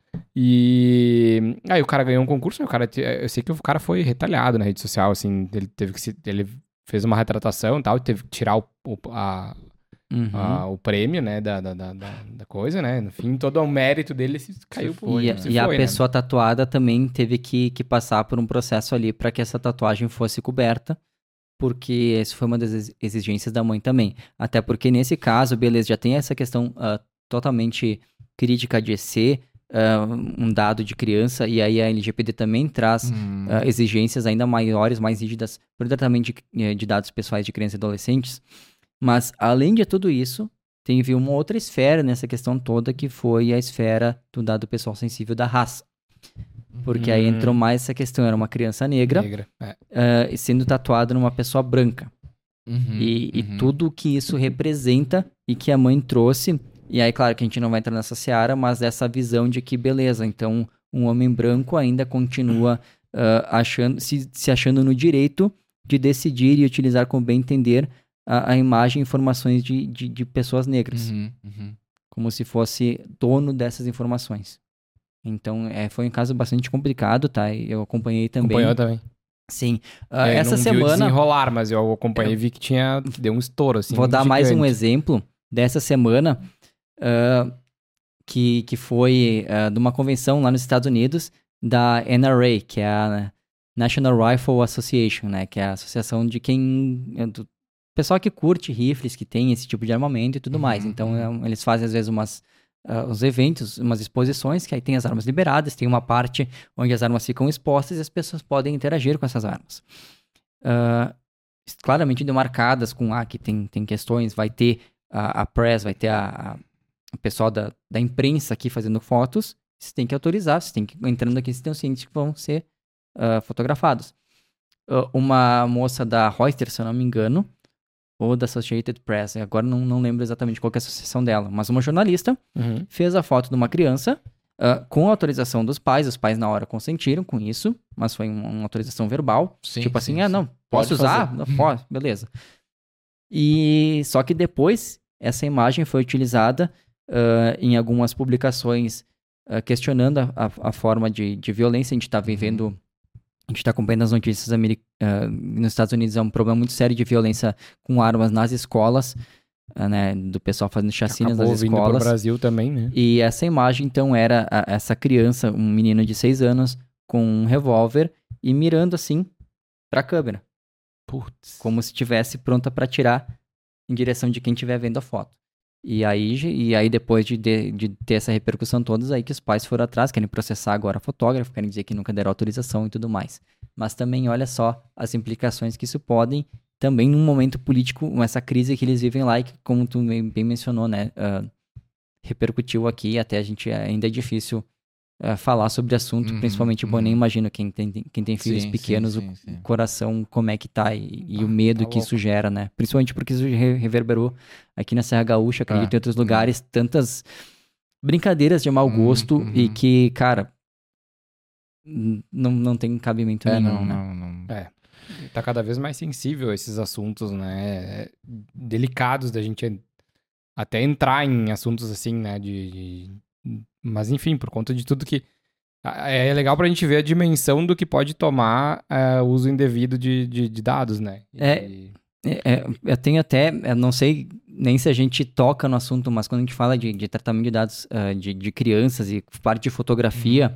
E aí o cara ganhou um concurso, né? O cara, eu sei que o cara foi retalhado na rede social, assim, ele teve que se, ele fez uma retratação e tal, teve que tirar o, o, a, Uhum. a- o prêmio, né, da, da, da, da- da coisa, né? No fim, todo o mérito dele se caiu por E, se e a foi, né? pessoa tatuada também teve que, que passar por um processo ali para que essa tatuagem fosse coberta, porque essa foi uma das ex- exigências da mãe também. Até porque nesse caso, beleza, já tem essa questão ah, totalmente crítica de ser ah, um dado de criança, e aí a L G P D também traz Hum. ah, exigências ainda maiores, mais rígidas para o tratamento de, eh, de dados pessoais de crianças e adolescentes. Mas, além de tudo isso, teve uma outra esfera nessa questão toda, que foi a esfera do dado pessoal sensível da raça. Porque aí Hum. entrou mais essa questão, era uma criança negra, Negra. É. ah, e sendo tatuada numa pessoa branca. Uhum, E, e uhum. tudo que isso representa e que a mãe trouxe. E aí, claro que a gente não vai entrar nessa seara, mas essa visão de que, beleza, então um homem branco ainda continua ah, achando, se, se achando no direito de decidir e utilizar como bem entender a, a imagem e informações de, de, de pessoas negras. Uhum, uhum. Como se fosse dono dessas informações. Então, é, foi um caso bastante complicado, tá? E eu acompanhei também. Acompanhou também. Sim. Ah, É, essa não viu semana... desenrolar, mas eu acompanhei e vi que tinha, que deu um estouro, assim. Vou dar mais um gigante. exemplo dessa semana, ah, que, que foi ah, de uma convenção lá nos Estados Unidos da N R A, que é a National Rifle Association, né? Que é a associação de quem... é do pessoal que curte rifles, que tem esse tipo de armamento e tudo Uhum, mais. Então, uhum. é um- eles fazem, às vezes, umas, ah, uns eventos, umas exposições, que aí tem as armas liberadas, tem uma parte onde as armas ficam expostas e as pessoas podem interagir com essas armas. Ah, claramente demarcadas com, ah, que tem, tem questões, vai ter a, a press, vai ter a, a- o pessoal da, da imprensa aqui fazendo fotos, você tem que autorizar, você tem que, entrando aqui, você tem os cientistas que vão ser ah, fotografados. Ah, uma moça da Reuters, se eu não me engano, ou da Associated Press, agora não, não lembro exatamente qual que é a associação dela, mas uma jornalista Uhum. fez a foto de uma criança ah, com a autorização dos pais, os pais na hora consentiram com isso, mas foi uma, uma autorização verbal, Sim, tipo assim, sim, ah, sim. não, Pode posso usar? fazer. Não, pode, beleza. E só que depois, essa imagem foi utilizada ah, em algumas publicações ah, questionando a, a- a forma de, de violência. A gente está vivendo, a gente está acompanhando as notícias ameri- ah, nos Estados Unidos, é um problema muito sério de violência com armas nas escolas, ah, né, do pessoal fazendo chacinas Acabou nas vindo pro escolas. Brasil também, né? E essa imagem, então, era a- essa criança, um menino de seis anos, com um revólver e mirando assim pra câmera, Putz. como se estivesse pronta pra atirar em direção de quem estiver vendo a foto. E aí, ge- e aí depois de, de, de ter essa repercussão todas, aí que os pais foram atrás, querem processar agora fotógrafo, querem dizer que nunca deram autorização e tudo mais. Mas também olha só as implicações que isso podem, também num momento político, essa crise que eles vivem lá e que, como tu bem bem mencionou, né, ah, repercutiu aqui, até a gente ainda é difícil ah, falar sobre o assunto, Uhum, principalmente, bom, nem uhum. imagino quem tem, quem tem filhos Sim, pequenos, sim, o sim, sim. coração, como é que tá e, e Ah, o medo tá que isso louco. gera, né? Principalmente porque isso re- reverberou aqui na Serra Gaúcha, acredito É, em outros lugares, tantas brincadeiras de mau Uhum, gosto e uhum. que, cara, n- não, não tem cabimento É, nenhum, não, né? não, não. É. Tá cada vez mais sensível a esses assuntos, né? Delicados da gente até entrar em assuntos assim, né? De, de- Mas enfim, por conta de tudo que. É legal pra gente ver a dimensão do que pode tomar é, o uso indevido de, de, de dados, né? É. E- É, é, eu tenho até, eu não sei nem se a gente toca no assunto, mas quando a gente fala de, de tratamento de dados ah, de, de crianças e parte de fotografia,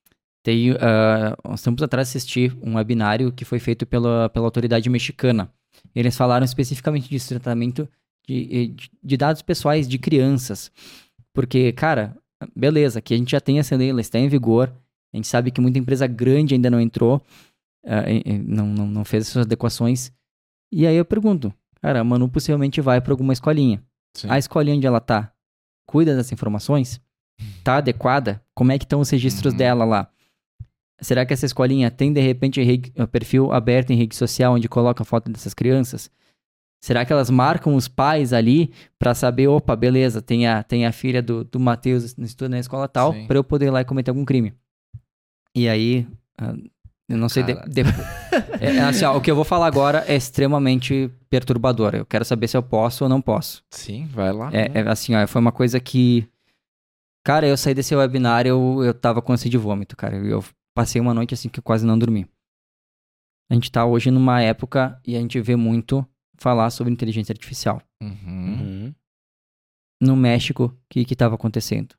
tem, ah, uns tempos atrás assisti um webinário que foi feito pela, pela autoridade mexicana. Eles falaram especificamente disso, tratamento de, de, de dados pessoais de crianças. Porque, cara, beleza, aqui a gente já tem essa lei, ela está em vigor. A gente sabe que muita empresa grande ainda não entrou, uh, não, não, não fez essas adequações. E aí eu pergunto, cara, a Manu possivelmente vai para alguma escolinha. Sim. A escolinha onde ela tá, cuida dessas informações? Tá adequada? Como é que estão os registros uhum. dela lá? Será que essa escolinha tem, de repente, um perfil aberto em rede social onde coloca a foto dessas crianças? Será que elas marcam os pais ali para saber, opa, beleza, tem a, tem a filha do, do Matheus estuda na escola tal, para eu poder ir lá e cometer algum crime? E aí, eu não sei... De, de, é, assim, ó, o que eu vou falar agora é extremamente perturbador. Eu quero saber se eu posso ou não posso. Sim, vai lá. É, é assim, ó, foi uma coisa que... Cara, eu saí desse webinar, eu, eu tava com ânsia de vômito, cara. Eu passei uma noite assim que eu quase não dormi. A gente tá hoje numa época e a gente vê muito falar sobre inteligência artificial. Uhum. No México, o que que tava acontecendo?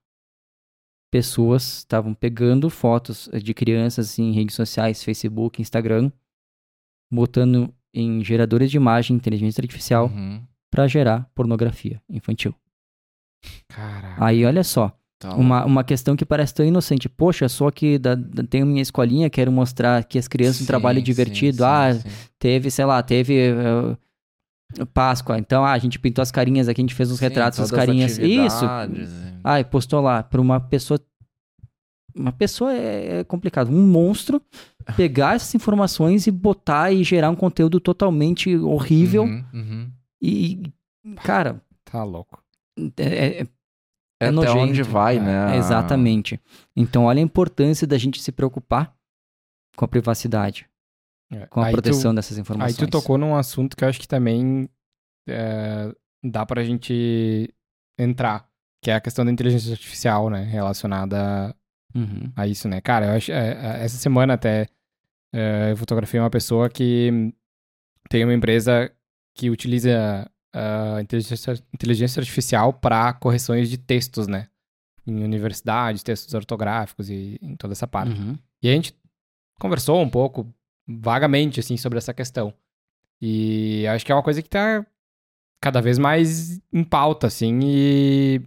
Pessoas estavam pegando fotos de crianças em redes sociais, Facebook, Instagram, botando em geradores de imagem inteligência artificial uhum. para gerar pornografia infantil. Caraca. Aí, olha só. Tá Uma, uma questão que parece tão inocente. Poxa, só que da, da, tenho minha escolinha, quero mostrar que as crianças sim, um trabalho divertido. Sim, ah, sim, sim. teve, sei lá, teve uh, Páscoa. Então, ah, a gente pintou as carinhas aqui, a gente fez uns sim, retratos das carinhas. Isso. Ah, e postou lá. Para uma pessoa... Uma pessoa é, é complicado. Um monstro pegar essas informações e botar e gerar um conteúdo totalmente horrível. Uhum, uhum. E, cara... Tá louco. É... é É, é até onde vai, é, né? Exatamente. Então, olha a importância da gente se preocupar com a privacidade, é. com a aí proteção tu, dessas informações. Aí tu tocou num assunto que eu acho que também é, dá pra gente entrar, que é a questão da inteligência artificial, né? Relacionada uhum. a isso, né? Cara, eu acho, é, essa semana até é, eu fotografei uma pessoa que tem uma empresa que utiliza... Uh, inteligência, inteligência artificial para correções de textos, né? Em universidades, textos ortográficos e em toda essa parte. Uhum. E a gente conversou um pouco, vagamente, assim, sobre essa questão. E acho que é uma coisa que tá cada vez mais em pauta, assim, e...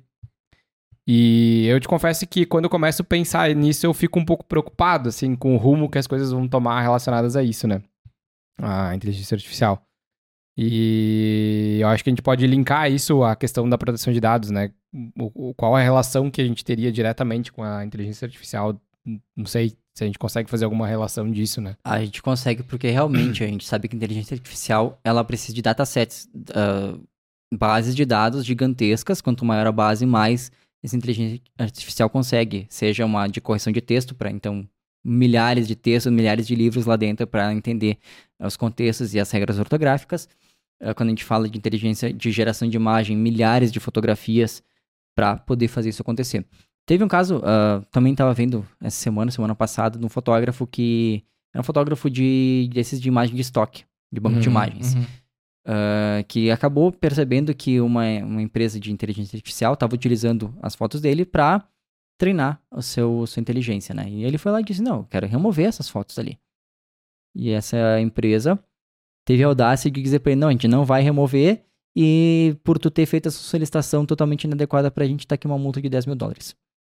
E eu te confesso que quando eu começo a pensar nisso, eu fico um pouco preocupado, assim, com o rumo que as coisas vão tomar relacionadas a isso, né? A inteligência artificial. E eu acho que a gente pode linkar isso à questão da proteção de dados, né? O, o, qual a relação que a gente teria diretamente com a inteligência artificial? Não sei se a gente consegue fazer alguma relação disso, né? A gente consegue porque realmente a gente sabe que a inteligência artificial ela precisa de datasets, uh, bases de dados gigantescas. Quanto maior a base, mais essa inteligência artificial consegue. Seja uma de correção de texto para, então... milhares de textos, milhares de livros lá dentro para entender os contextos e as regras ortográficas. Quando a gente fala de inteligência de geração de imagem, milhares de fotografias para poder fazer isso acontecer. Teve um caso, uh, também estava vendo essa semana, semana passada, de um fotógrafo que... Era um fotógrafo de, desses de imagem de estoque, de banco uhum, de imagens. Uhum. Uh, que acabou percebendo que uma, uma empresa de inteligência artificial estava utilizando as fotos dele para treinar a seu, sua inteligência, né? E ele foi lá e disse, não, eu quero remover essas fotos ali. E essa empresa teve a audácia de dizer para ele, não, a gente não vai remover e por tu ter feito essa solicitação totalmente inadequada pra gente, tá aqui uma multa de dez mil dólares.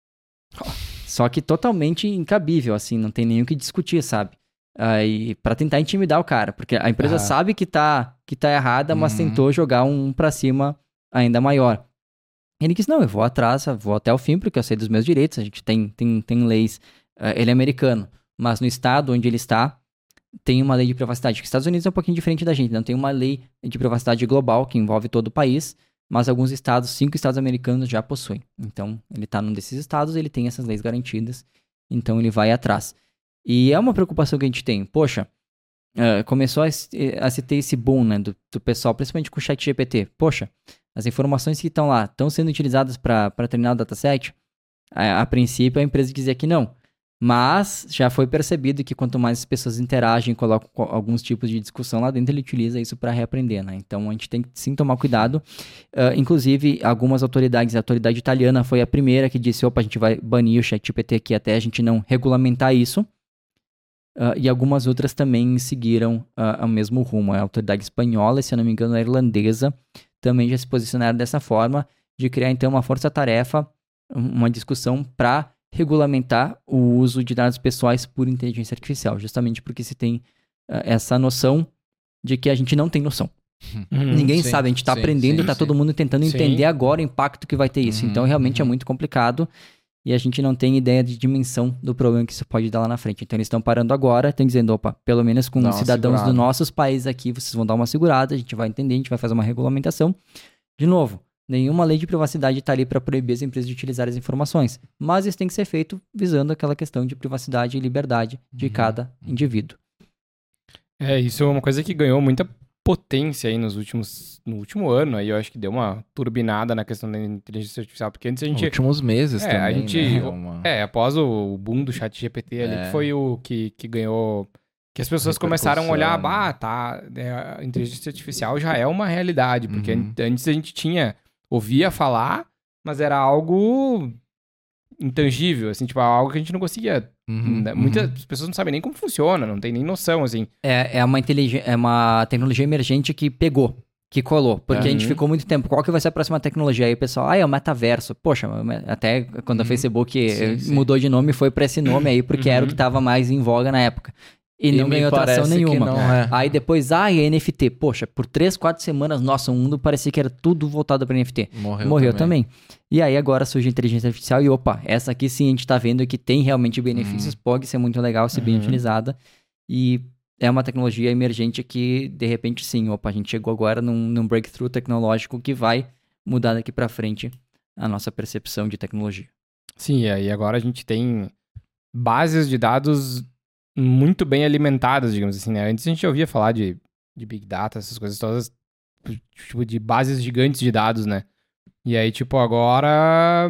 Só que totalmente incabível, assim, não tem nem o que discutir, sabe? Aí, pra tentar intimidar o cara, porque a empresa ah. sabe que tá, que tá errada, mas uhum. tentou jogar um pra cima ainda maior. Ele disse, não, eu vou atrás, eu vou até o fim, porque eu sei dos meus direitos, a gente tem, tem, tem leis, uh, ele é americano, mas no estado onde ele está, tem uma lei de privacidade, que os Estados Unidos é um pouquinho diferente da gente, não tem uma lei de privacidade global que envolve todo o país, mas alguns estados, cinco estados americanos já possuem. Então, ele está num desses estados, ele tem essas leis garantidas, então ele vai atrás. E é uma preocupação que a gente tem, poxa, uh, começou a, a se ter esse boom, né, do, do pessoal, principalmente com o chat G P T, poxa, as informações que estão lá estão sendo utilizadas para treinar o dataset? A, a princípio, a empresa dizia que não. Mas já foi percebido que quanto mais as pessoas interagem, colocam alguns tipos de discussão lá dentro, ele utiliza isso para reaprender, né? Então, a gente tem que sim tomar cuidado. Uh, inclusive, algumas autoridades, a autoridade italiana foi a primeira que disse, opa, a gente vai banir o chat G P T aqui até a gente não regulamentar isso. uh, e algumas outras também seguiram uh, o mesmo rumo. A autoridade espanhola, se eu não me engano, a irlandesa, também já se posicionaram dessa forma, de criar então uma força-tarefa, uma discussão para regulamentar o uso de dados pessoais por inteligência artificial, justamente porque se tem uh, essa noção de que a gente não tem noção. Uhum, Ninguém sim, sabe, a gente está sim, aprendendo, sim, está sim. todo mundo tentando Sim. entender agora o impacto que vai ter isso. Uhum, Então, realmente é uhum. muito complicado e a gente não tem ideia de dimensão do problema que isso pode dar lá na frente. Então, eles estão parando agora, estão dizendo, opa, pelo menos com Dá uma cidadãos segurada. dos nossos países aqui, vocês vão dar uma segurada, a gente vai entender, a gente vai fazer uma regulamentação. De novo, nenhuma lei de privacidade está ali para proibir as empresas de utilizar as informações, mas isso tem que ser feito visando aquela questão de privacidade e liberdade de Uhum. cada indivíduo. É, isso é uma coisa que ganhou muita potência aí nos últimos, no último ano, aí eu acho que deu uma turbinada na questão da inteligência artificial, porque antes a Nos gente... últimos meses É, também, a gente- né? Uma... É, após o boom do chat G P T ali, É. que foi o que, que ganhou... Que as pessoas começaram a olhar, Repercussão, bah, né? tá, é, a inteligência artificial já é uma realidade, porque Uhum. an- antes a gente tinha, ouvia falar, mas era algo intangível, assim, tipo, algo que a gente não conseguia... Uhum, né, uhum. Muitas pessoas não sabem nem como funciona, não tem nem noção, assim. É, é, uma inteligen- é uma tecnologia emergente que pegou, que colou. Porque a gente Uhum. ficou muito tempo. Qual que vai ser a próxima tecnologia? Aí o pessoal, ah, é o metaverso. Poxa, até quando a Uhum. Facebook Sim, eh, sim. mudou de nome, foi pra esse nome aí, porque era o que tava mais em voga na época. E, não me ganhou atração parece que nenhuma. não é. Aí depois, ah, e N F T. Poxa, por três, quatro semanas, nossa, o mundo parecia que era tudo voltado pra N F T. Morreu, Morreu também. também. E aí agora surge a inteligência artificial e opa, essa aqui sim a gente tá vendo que tem realmente benefícios, pode ser muito legal se bem Uhum. utilizada. E é uma tecnologia emergente que, de repente, sim, opa, a gente chegou agora num, num breakthrough tecnológico que vai mudar daqui pra frente a nossa percepção de tecnologia. Sim, e aí agora a gente tem bases de dados muito bem alimentadas, digamos assim, né? Antes a gente ouvia falar de, de Big Data, essas coisas todas, tipo, de bases gigantes de dados, né? E aí, tipo, agora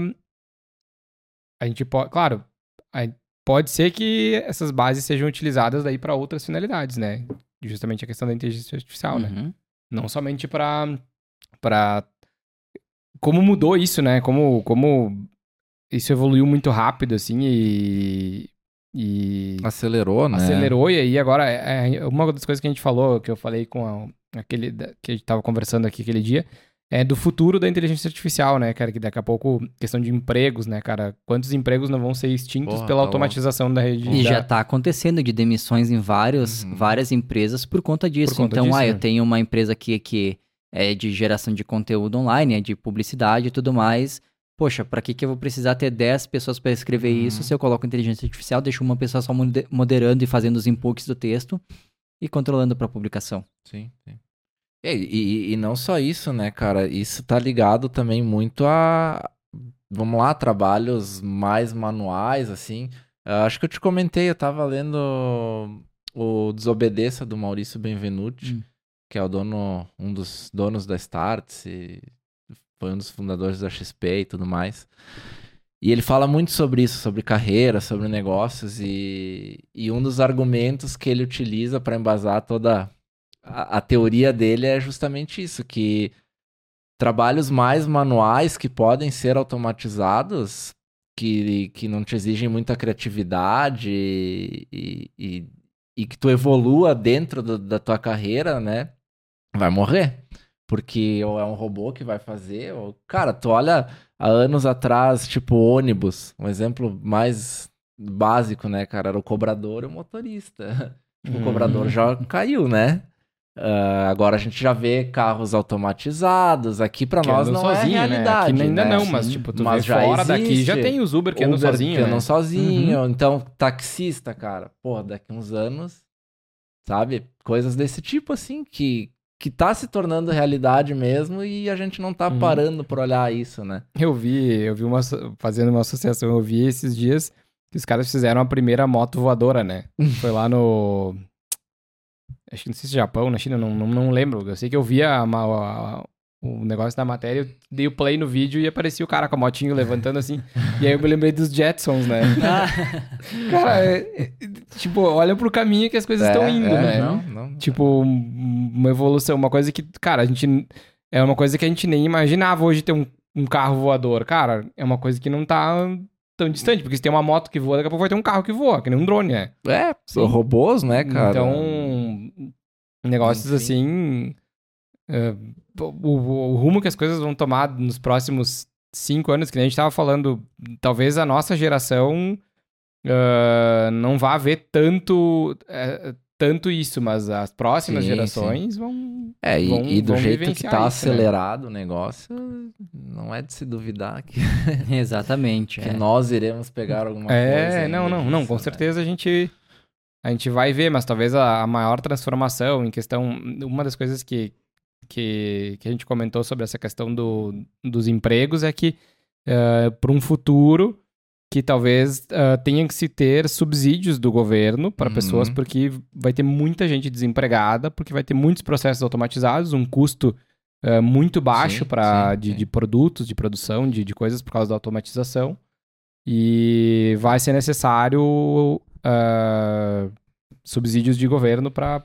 a gente pode, claro, aí pode ser que essas bases sejam utilizadas daí para outras finalidades, né? Justamente a questão da inteligência artificial, né? Uhum. Não somente para para como mudou isso, né? Como como isso evoluiu muito rápido assim e e Acelerou, né? acelerou e aí agora é, é uma das coisas que a gente falou, que eu falei com a, aquele da- que a gente tava conversando aqui aquele dia, é do futuro da inteligência artificial, né, cara, que daqui a pouco questão de empregos, né, cara, quantos empregos não vão ser extintos Porra, pela tá automatização da rede E da... já tá acontecendo de demissões em vários, Uhum. várias empresas por conta disso. Por conta então, disso, ah, né? eu tenho uma empresa aqui que é de geração de conteúdo online, é de publicidade e tudo mais. Poxa, pra que que eu vou precisar ter dez pessoas para escrever Uhum. isso se eu coloco inteligência artificial, deixo uma pessoa só mode- moderando e fazendo os inputs do texto e controlando pra publicação. Sim, sim. E, e- e não só isso, né, cara? Isso tá ligado também muito a, vamos lá, trabalhos mais manuais, assim. Eu acho que eu te comentei, eu tava lendo o Desobedeça do Maurício Benvenuti, Hum. que é o dono, um dos donos da Startse, e foi um dos fundadores da X P e tudo mais. E ele fala muito sobre isso, sobre carreira, sobre negócios, e, e um dos argumentos que ele utiliza para embasar toda a, a teoria dele é justamente isso, que trabalhos mais manuais que podem ser automatizados, que, que não te exigem muita criatividade e, e, e, e que tu evolua dentro do- da tua carreira, né? Vai morrer. Porque ou é um robô que vai fazer, ou... Cara, tu olha há anos atrás, tipo ônibus, um exemplo mais básico, né, cara? Era o cobrador e o motorista. Tipo, o Uhum. cobrador já caiu, né? Ah, agora a gente já vê carros automatizados. Aqui pra Que nós andam não é sozinho, né? realidade, Aqui ainda né? não, mas Sim. tipo, tu Mas vê já fora daqui já existe. tem os Uber que andam Uber sozinho, que andam né? sozinho. Então, taxista, cara. Pô, daqui uns anos, sabe? Coisas desse tipo, assim, que, que tá se tornando realidade mesmo e a gente não tá Uhum. parando por olhar isso, né? Eu vi, eu vi uma, asso- fazendo uma associação, eu vi esses dias que os caras fizeram a primeira moto voadora, né? Foi lá no... Acho que não sei se Japão, na China, não, não, não lembro. Eu sei que eu via a, ma- a- o negócio da matéria, eu dei o play no vídeo e aparecia o cara com a motinho levantando assim. E aí eu me lembrei dos Jetsons, né? Cara, é- é- tipo, olha pro caminho que as coisas estão É, indo, é, né? Não, não. Tipo, um- uma evolução, uma coisa que, cara, a gente... É uma coisa que a gente nem imaginava hoje ter um, um carro voador. Cara, é uma coisa que não tá tão distante, porque se tem uma moto que voa, daqui a pouco vai ter um carro que voa, que nem um drone, né? É, são robôs, né, cara? Então, negócios Enfim. assim... é, o, o- o rumo que as coisas vão tomar nos próximos cinco anos, que nem a gente tava falando, talvez a nossa geração ah, não vá ver tanto, é, tanto isso, mas as próximas Sim, gerações vão... É, e, vão- e do vão jeito que vivenciar tá isso, né? acelerado o negócio, não é de se duvidar que, Exatamente. que é. nós iremos pegar alguma coisa. É, ainda não, não, não, disso, com né? certeza a gente, a gente vai ver, mas talvez a, a maior transformação em questão, uma das coisas que, que, que a gente comentou sobre essa questão do, dos empregos é que para um futuro que talvez ah, tenha que se ter subsídios do governo para Uhum. pessoas, porque vai ter muita gente desempregada, porque vai ter muitos processos automatizados, um custo ah, muito baixo Sim, pra, sim, de, sim. de produtos, de produção, de, de coisas por causa da automatização. E vai ser necessário ah, subsídios de governo para...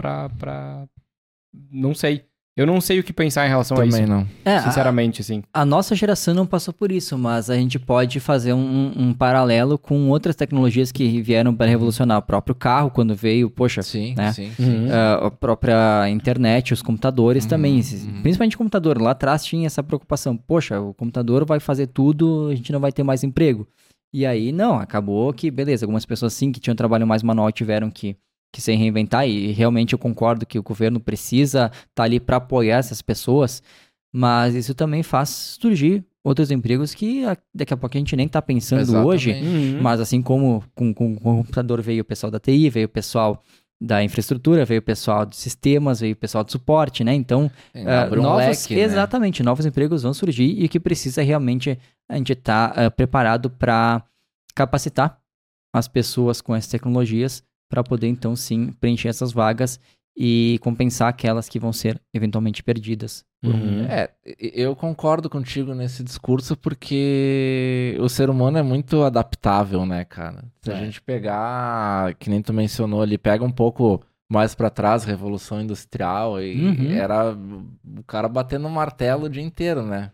Não sei. Eu não sei o que pensar em relação a Também isso. não. É, a- Sinceramente, assim. A nossa geração não passou por isso, mas a gente pode fazer um, um paralelo com outras tecnologias que vieram para revolucionar. O próprio carro, quando veio, poxa, Sim, né? sim. Uhum. ah, a própria internet, os computadores Uhum, também. uhum. Principalmente o computador. Lá atrás tinha essa preocupação. Poxa, o computador vai fazer tudo, a gente não vai ter mais emprego. E aí, não, acabou que, beleza, algumas pessoas sim que tinham trabalho mais manual tiveram que, que se reinventar. E realmente eu concordo que o governo precisa estar ali para apoiar essas pessoas. Mas isso também faz surgir outros empregos que a- daqui a pouco a gente nem tá pensando Exatamente. hoje. Uhum. Mas assim como com, com- com o computador veio o pessoal da T I, veio o pessoal da infraestrutura, veio o pessoal de sistemas, veio o pessoal de suporte, né? Então, Tem, ah, abre um novos, leque, né? exatamente, novos empregos vão surgir e o que precisa realmente a gente estar preparado para capacitar as pessoas com essas tecnologias para poder então sim preencher essas vagas e compensar aquelas que vão ser eventualmente perdidas. por um- Uhum. É, e- eu concordo contigo nesse discurso porque o ser humano é muito adaptável, né, cara? Se a É. gente pegar, que nem tu mencionou ali, pega um pouco mais pra trás, Revolução Industrial, e Uhum. era o cara batendo martelo o dia inteiro, né?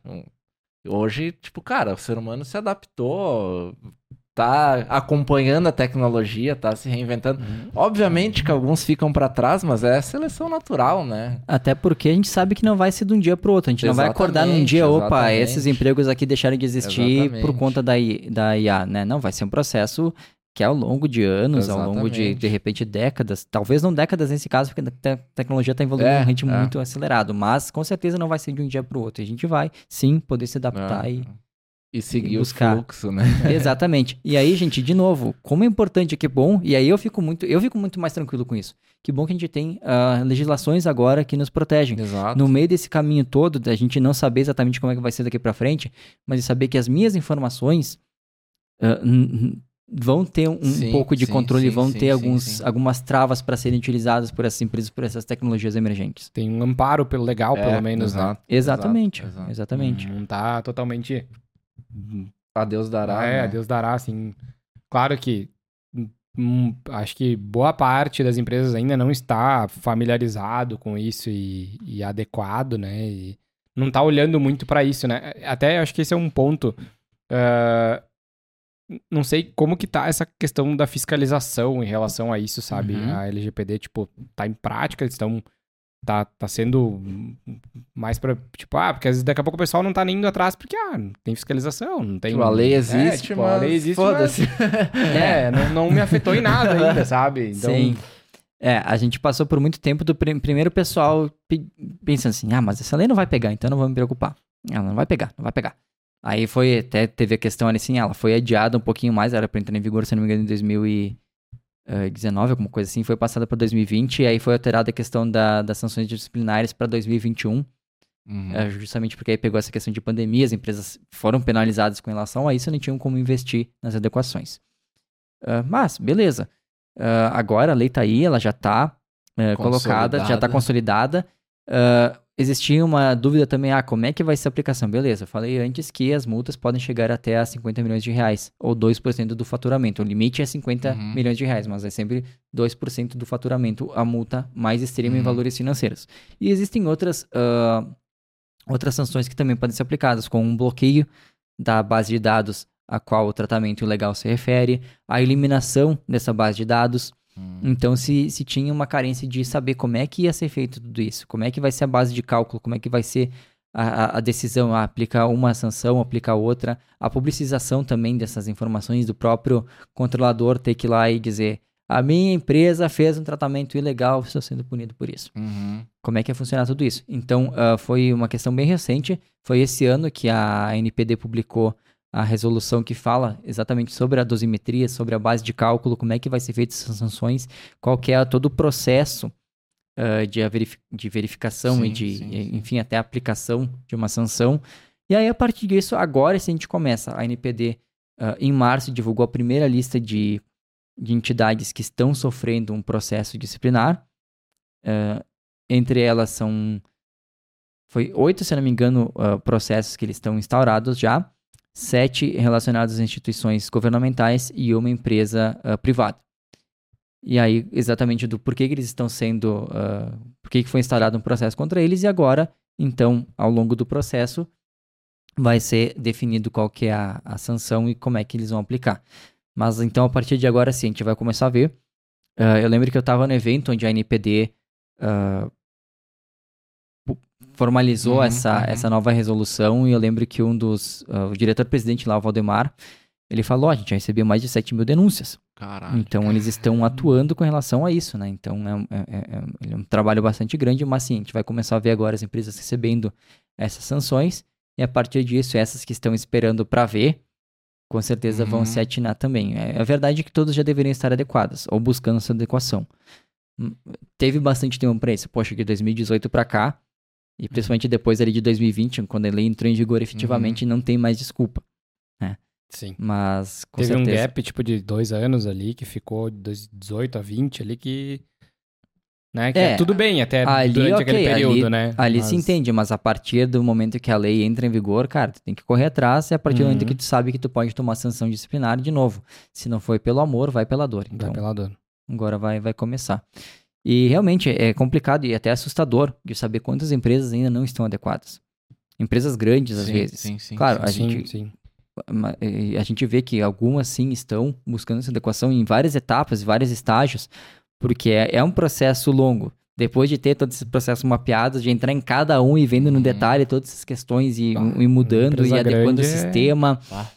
Hoje, tipo, cara, o ser humano se adaptou, tá acompanhando a tecnologia, tá se reinventando. Obviamente que alguns ficam pra trás, mas é seleção natural, né? Até porque a gente sabe que não vai ser de um dia para o outro. A gente não vai acordar num Exatamente, dia, opa, exatamente. esses empregos aqui deixaram de existir por Exatamente. conta da, I- da I A, né? Não, vai ser um processo que é ao longo de anos, ao longo de, Exatamente. de repente, décadas. Talvez não décadas nesse caso, porque a te- tecnologia está evoluindo É, num ritmo é. muito acelerado. Mas, com certeza, não vai ser de um dia para o outro. A gente vai, sim, poder se adaptar É. e... E seguir e o buscar. fluxo, né? Exatamente. E aí, gente, de novo, como é importante, que bom, e aí eu fico muito, eu fico muito mais tranquilo com isso. Que bom que a gente tem ah, legislações agora que nos protegem. Exato. No meio desse caminho todo, da gente não saber exatamente como é que vai ser daqui pra frente, mas de saber que as minhas informações ah, n- n- vão ter um Sim, pouco de sim, controle, sim, vão sim, ter sim, alguns, sim. algumas travas para serem utilizadas por essas empresas, por essas tecnologias emergentes. Tem um amparo pelo legal, É, pelo menos, né? exato, Exatamente, exato, exato. exatamente. Não tá totalmente... A Deus dará, é, né? Deus dará, assim. Claro que hum, acho que boa parte das empresas ainda não está familiarizado com isso e, e adequado, né? E não tá olhando muito para isso, né? Até acho que esse é um ponto. ah, não sei como que tá essa questão da fiscalização em relação a isso, sabe? Uhum. A L G P D, tipo, tá em prática, eles estão... Tá, tá sendo mais pra, tipo, ah, porque às vezes daqui a pouco o pessoal não tá nem indo atrás porque, ah, não tem fiscalização, não tem... Tipo, a lei é, existe, tipo, mas a lei existe, foda-se. mas- É, não, não me afetou em nada ainda, sabe? Então, Sim. É, a gente passou por muito tempo do prim- primeiro pessoal pe- pensando assim, ah, mas essa lei não vai pegar, então não vou me preocupar. Ela não vai pegar, não vai pegar. Aí foi, até teve a questão ali assim, ela foi adiada um pouquinho mais, era pra entrar em vigor, se não me engano, em dois mil e dezenove, alguma coisa assim, foi passada para dois mil e vinte, e aí foi alterada a questão da- das sanções disciplinares para dois mil e vinte e um, Uhum. é, justamente porque aí pegou essa questão de pandemia, as empresas foram penalizadas com relação a isso e não tinham como investir nas adequações. Ah, mas, beleza. Ah, agora a lei tá aí, ela já tá eh, colocada, já tá consolidada. Ah, existia uma dúvida também, ah, como é que vai ser a aplicação? Beleza, eu falei antes que as multas podem chegar até a cinquenta milhões de reais, ou dois por cento do faturamento. O limite é cinquenta Uhum. milhões de reais, mas é sempre dois por cento do faturamento a multa mais extrema em Uhum. valores financeiros. E existem outras, ah, outras sanções que também podem ser aplicadas, com um bloqueio da base de dados a qual o tratamento ilegal se refere, a eliminação dessa base de dados. Hum. Então, se, se tinha uma carência de saber como é que ia ser feito tudo isso, como é que vai ser a base de cálculo, como é que vai ser a, a decisão, a aplicar uma sanção, aplicar outra, a publicização também dessas informações do próprio controlador ter que ir lá e dizer: a minha empresa fez um tratamento ilegal, estou sendo punido por isso. Uhum. Como é que ia funcionar tudo isso? Então, uh, foi uma questão bem recente. Foi esse ano que a N P D publicou a resolução que fala exatamente sobre a dosimetria, sobre a base de cálculo, como é que vai ser feita essas sanções, qual que é todo o processo uh, de, verifi- de verificação Sim, e de, sim, sim. enfim, até a aplicação de uma sanção. E aí, a partir disso, agora sim a gente começa. A N P D, uh, em março, divulgou a primeira lista de de entidades que estão sofrendo um processo disciplinar. Uh, entre elas são... Foi oito, se não me engano, uh, processos que eles estão instaurados já. Sete relacionados às instituições governamentais e uma empresa uh, privada. E aí, exatamente do porquê que eles estão sendo... Uh, por que foi instaurado um processo contra eles. E agora, então, ao longo do processo, vai ser definido qual que é a, a sanção e como é que eles vão aplicar. Mas então, a partir de agora, sim, a gente vai começar a ver. Uh, eu lembro que eu estava no evento onde a N P D uh, formalizou uhum, essa, uhum. essa nova resolução, e eu lembro que um dos... Uh, o diretor-presidente lá, o Valdemar, ele falou: a gente já recebeu mais de sete mil denúncias. Caralho. Então, eles estão atuando com relação a isso, né? Então, é, é, é, é um trabalho bastante grande, mas sim, a gente vai começar a ver agora as empresas recebendo essas sanções, e a partir disso, essas que estão esperando para ver, com certeza vão Uhum. se atinar também. É a verdade é que todas já deveriam estar adequadas, ou buscando essa adequação. Teve bastante tempo para isso. Poxa, de dois mil e dezoito para cá, e principalmente depois ali de dois mil e vinte, quando a lei entrou em vigor efetivamente, uhum. não tem mais desculpa. Né? Sim. Mas, com Teve certeza... um gap, tipo, de dois anos ali, que ficou de dezoito a vinte ali, que... Né? Que é, tudo bem até ali, durante okay, aquele período, ali, né? Ali mas... se entende, mas a partir do momento que a lei entra em vigor, cara, tu tem que correr atrás, e a partir uhum. do momento que tu sabe que tu pode tomar sanção disciplinar, de novo, se não foi pelo amor, vai pela dor. Então, vai pela dor. Agora vai, vai começar. E realmente é complicado e até assustador de saber quantas empresas ainda não estão adequadas. Empresas grandes, às sim, vezes. Sim, sim, claro, sim, a, sim, gente, sim. a gente vê que algumas sim estão buscando essa adequação em várias etapas, em vários estágios, porque é, é um processo longo. Depois de ter todo esse processo mapeado, de entrar em cada um e vendo no hum. detalhe todas essas questões e, ah, e mudando e adequando o sistema é... ah.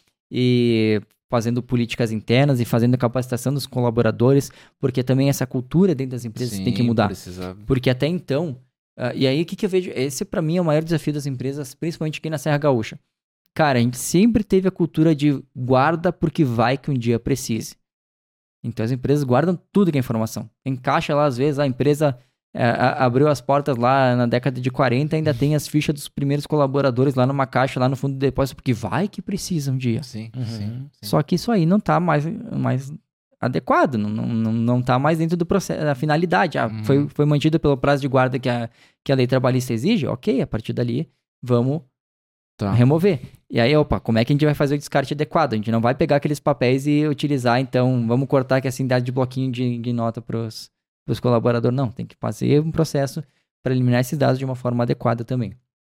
e fazendo políticas internas e fazendo a capacitação dos colaboradores, porque também essa cultura dentro das empresas Sim, tem que mudar. Precisa... Porque até então, uh, e aí o que, que eu vejo? Esse pra mim é o maior desafio das empresas, principalmente aqui na Serra Gaúcha. Cara, a gente sempre teve a cultura de guarda porque vai que um dia precise. Então as empresas guardam tudo que é informação. Encaixa lá, às vezes, a empresa... É, a, abriu as portas lá na década de quarenta, ainda tem as fichas dos primeiros colaboradores lá numa caixa, lá no fundo do depósito, porque vai que precisa um dia. Sim, uhum. sim, sim. Só que isso aí não tá mais, mais adequado, não, não, não tá mais dentro do processo, da finalidade. Ah, uhum. foi, foi mantido pelo prazo de guarda que a, que a lei trabalhista exige, ok, a partir dali vamos tá. remover. E aí, opa, como é que a gente vai fazer o descarte adequado? A gente não vai pegar aqueles papéis e utilizar, então, vamos cortar aqui a cidade de bloquinho de, de nota pros... para os colaboradores, não, tem que fazer um processo para eliminar esses dados de uma forma adequada também.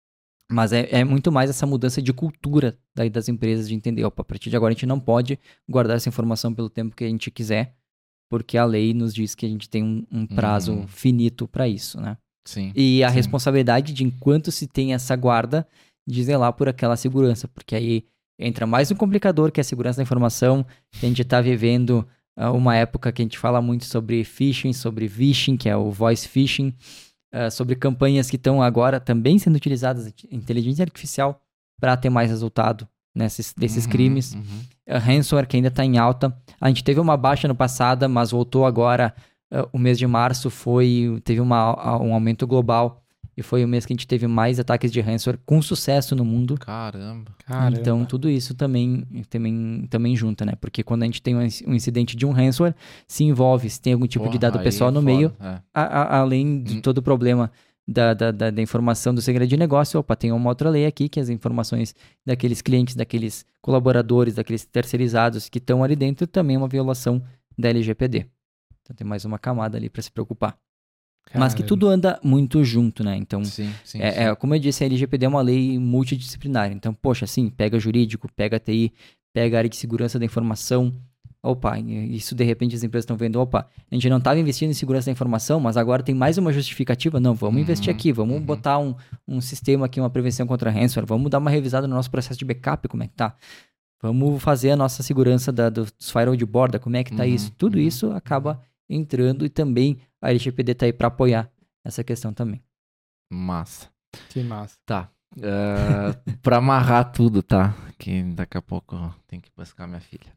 Mas é, é muito mais essa mudança de cultura daí das empresas, de entender, opa, a partir de agora a gente não pode guardar essa informação pelo tempo que a gente quiser, porque a lei nos diz que a gente tem um, um prazo uhum. finito para isso, né? Sim. E a sim. responsabilidade de, enquanto se tem essa guarda, de zelar por aquela segurança, porque aí entra mais um complicador, que é a segurança da informação, que a gente está vivendo... uma época que a gente fala muito sobre phishing, sobre vishing, que é o voice phishing, uh, sobre campanhas que estão agora também sendo utilizadas inteligência artificial para ter mais resultado nesses, desses uhum, crimes. Uhum. Uh, ransomware, que ainda está em alta. A gente teve uma baixa no passado, mas voltou agora. Uh, o mês de março foi, teve uma, um aumento global. E foi o mês que a gente teve mais ataques de ransomware com sucesso no mundo. Caramba. Caramba. Então, tudo isso também, também, também junta, né? Porque quando a gente tem um incidente de um ransomware, se envolve, se tem algum tipo Porra, de dado pessoal no foda, meio, é. a, a, além de hum. todo o problema da, da, da, da informação do segredo de negócio, opa, tem uma outra lei aqui, que as informações daqueles clientes, daqueles colaboradores, daqueles terceirizados que estão ali dentro, também é uma violação da L G P D. Então, tem mais uma camada ali para se preocupar. Caramba. Mas que tudo anda muito junto, né? Então, sim, sim, é, sim. é, como eu disse, a L G P D é uma lei multidisciplinar. Então, poxa, assim, pega jurídico, pega T I, pega a área de segurança da informação. Opa, isso de repente as empresas estão vendo, opa, a gente não estava investindo em segurança da informação, mas agora tem mais uma justificativa. Não, vamos uhum, investir aqui, vamos uhum. botar um, um sistema aqui, uma prevenção contra ransomware, vamos dar uma revisada no nosso processo de backup, como é que tá? Vamos fazer a nossa segurança da, dos firewall de borda, como é que tá uhum, isso? Tudo uhum. isso acaba entrando e também a L G P D tá aí para apoiar essa questão também. Massa. Que massa. Tá. Uh, pra amarrar tudo, tá? Que daqui a pouco eu tenho que buscar minha filha.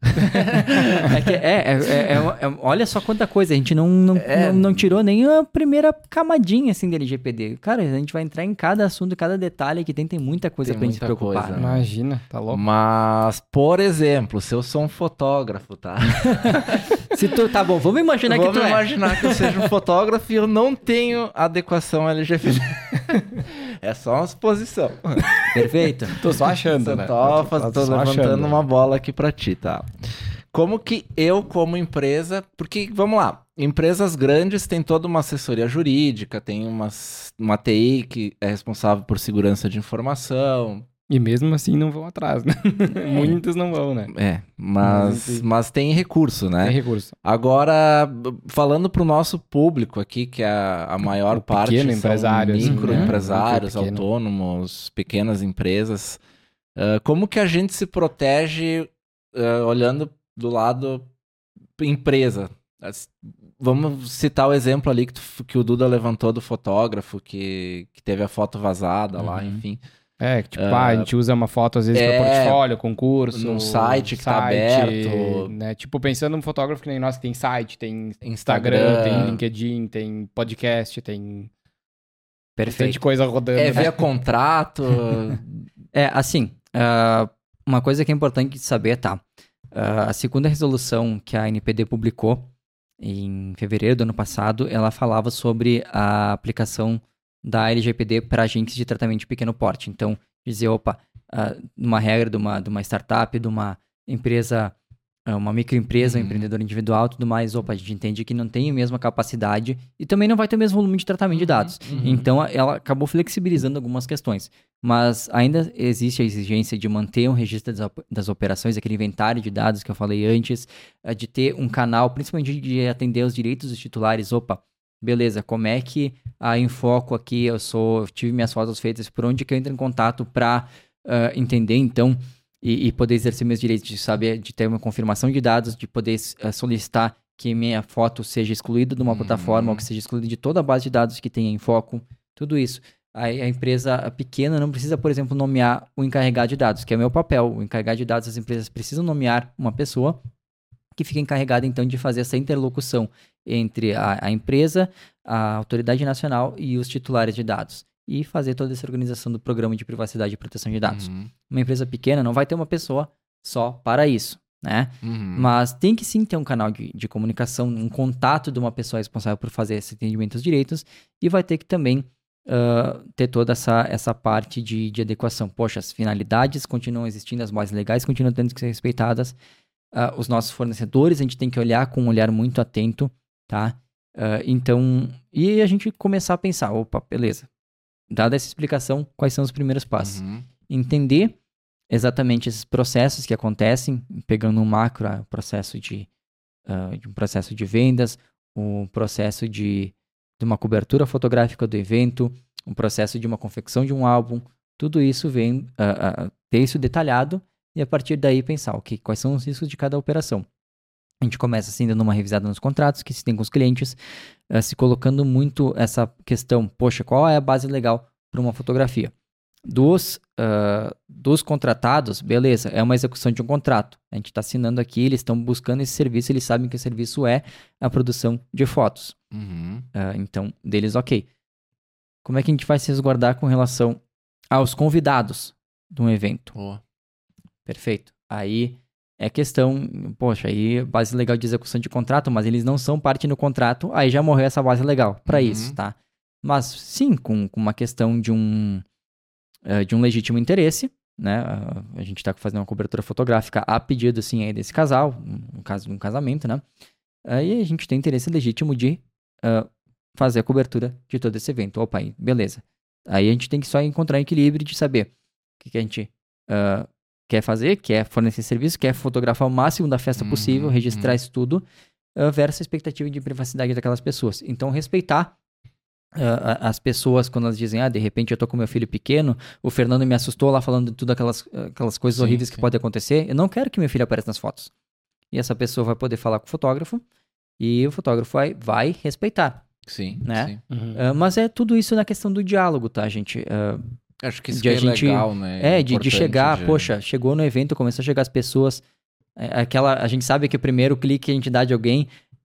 é que, é, é, é, é, é, olha só quanta coisa, a gente não, não, é... não, não tirou nem a primeira camadinha assim da L G P D. Cara, a gente vai entrar em cada assunto, cada detalhe que tem, tem muita coisa tem pra gente se preocupar. Coisa, né? Imagina, tá louco. Mas, por exemplo, se eu sou um fotógrafo, tá? se tu, tá bom, vamos imaginar vamos que tu imaginar é. que eu seja um fotógrafo e eu não tenho adequação L G P D. É só uma suposição. Perfeito. Tô só achando, né? Tô, tô, tô levantando achando. uma bola aqui pra ti, tá? Como que eu, como empresa... Porque, vamos lá, empresas grandes têm toda uma assessoria jurídica, tem umas, uma T I que é responsável por segurança de informação... E mesmo assim não vão atrás, né? É. Muitos não vão, né? É, mas, mas, mas tem recurso, né? Tem recurso. Agora, falando pro nosso público aqui, que é a, a maior o parte pequeno empresários, microempresários, né? autônomos, pequenas empresas, uh, como que a gente se protege uh, olhando do lado empresa? Vamos citar o exemplo ali que, tu, que o Duda levantou do fotógrafo, que, que teve a foto vazada uhum. lá, enfim... É, tipo, uh, ah, a gente usa uma foto às vezes é, para portfólio, concurso. Num site que site, tá aberto. Né? Tipo, pensando num fotógrafo que nem nós, que tem site, tem Instagram, Instagram tem LinkedIn, tem podcast, tem... Perfeito. De coisa rodando. É, via contrato. é, assim, uh, uma coisa que é importante saber, tá? Uh, a segunda resolução que a N P D publicou em fevereiro do ano passado, ela falava sobre a aplicação da L G P D para agentes de tratamento de pequeno porte. Então, dizer, opa, uh, uma regra de uma, de uma startup, de uma empresa, uh, uma microempresa, uhum. um empreendedor individual, tudo mais, opa, a gente entende que não tem a mesma capacidade e também não vai ter o mesmo volume de tratamento de dados. Uhum. Então, ela acabou flexibilizando algumas questões. Mas ainda existe a exigência de manter um registro das, das operações, aquele inventário de dados que eu falei antes, uh, de ter um canal, principalmente de atender os direitos dos titulares, opa, beleza, como é que a Infoco aqui, eu sou, tive minhas fotos feitas, por onde que eu entro em contato para uh, entender, então, e, e poder exercer meus direitos de saber, de ter uma confirmação de dados, de poder uh, solicitar que minha foto seja excluída de uma hum. plataforma, ou que seja excluída de toda a base de dados que tem a Infoco, tudo isso. Aí a empresa pequena não precisa, por exemplo, nomear o encarregado de dados, que é o meu papel. O encarregado de dados, as empresas precisam nomear uma pessoa que fica encarregada, então, de fazer essa interlocução entre a, a empresa, a autoridade nacional e os titulares de dados. E fazer toda essa organização do programa de privacidade e proteção de dados. Uhum. Uma empresa pequena não vai ter uma pessoa só para isso, né? Uhum. Mas tem que sim ter um canal de, de comunicação, um contato de uma pessoa responsável por fazer esse atendimento aos direitos e vai ter que também uh, ter toda essa, essa parte de, de adequação. Poxa, as finalidades continuam existindo, as bases legais continuam tendo que ser respeitadas. Uh, os nossos fornecedores, a gente tem que olhar com um olhar muito atento, tá? Uh, então, e a gente começar a pensar, opa, beleza. Dada essa explicação, quais são os primeiros passos? Uhum. Entender exatamente esses processos que acontecem, pegando um macro, o processo de, uh, de um processo de vendas, o processo de, de uma cobertura fotográfica do evento, o processo de uma confecção de um álbum, tudo isso vem, uh, uh, ter isso detalhado, e a partir daí pensar, ok, quais são os riscos de cada operação. A gente começa assim dando uma revisada nos contratos que se tem com os clientes, uh, se colocando muito essa questão, poxa, qual é a base legal para uma fotografia? Dos, uh, dos contratados, beleza, é uma execução de um contrato. A gente está assinando aqui, eles estão buscando esse serviço, eles sabem que o serviço é a produção de fotos. Uhum. Uh, então, deles, ok. Como é que a gente vai se resguardar com relação aos convidados de um evento? Oh. Perfeito. Aí é questão, poxa, aí base legal de execução de contrato, mas eles não são parte do contrato, aí já morreu essa base legal para uhum. isso, tá? Mas sim, com, com uma questão de um, uh, de um legítimo interesse, né? Uh, a gente tá fazendo uma cobertura fotográfica a pedido, assim, aí desse casal, no caso de um casamento, né? Aí a gente tem interesse legítimo de uh, fazer a cobertura de todo esse evento. Opa, aí, beleza. Aí a gente tem que só encontrar equilíbrio de saber o que, que a gente... Uh, quer fazer, quer fornecer serviço, quer fotografar o máximo da festa Uhum, possível, registrar uhum. isso tudo, uh, versus a expectativa de privacidade daquelas pessoas. Então, respeitar uh, as pessoas quando elas dizem, ah, de repente eu tô com meu filho pequeno, o Fernando me assustou lá falando de tudo aquelas, aquelas coisas Sim, horríveis que sim. podem acontecer, eu não quero que meu filho apareça nas fotos. E essa pessoa vai poder falar com o fotógrafo e o fotógrafo vai, vai respeitar, Sim, né? sim. Uh, mas é tudo isso na questão do diálogo, tá, gente? Uh, Acho que isso de que a é gente- legal, né? é, de, de Importante chegar, de- poxa, chegou no evento, começou a chegar as pessoas, é, aquela, a gente sabe que o primeiro clique que a gente dá de alguém,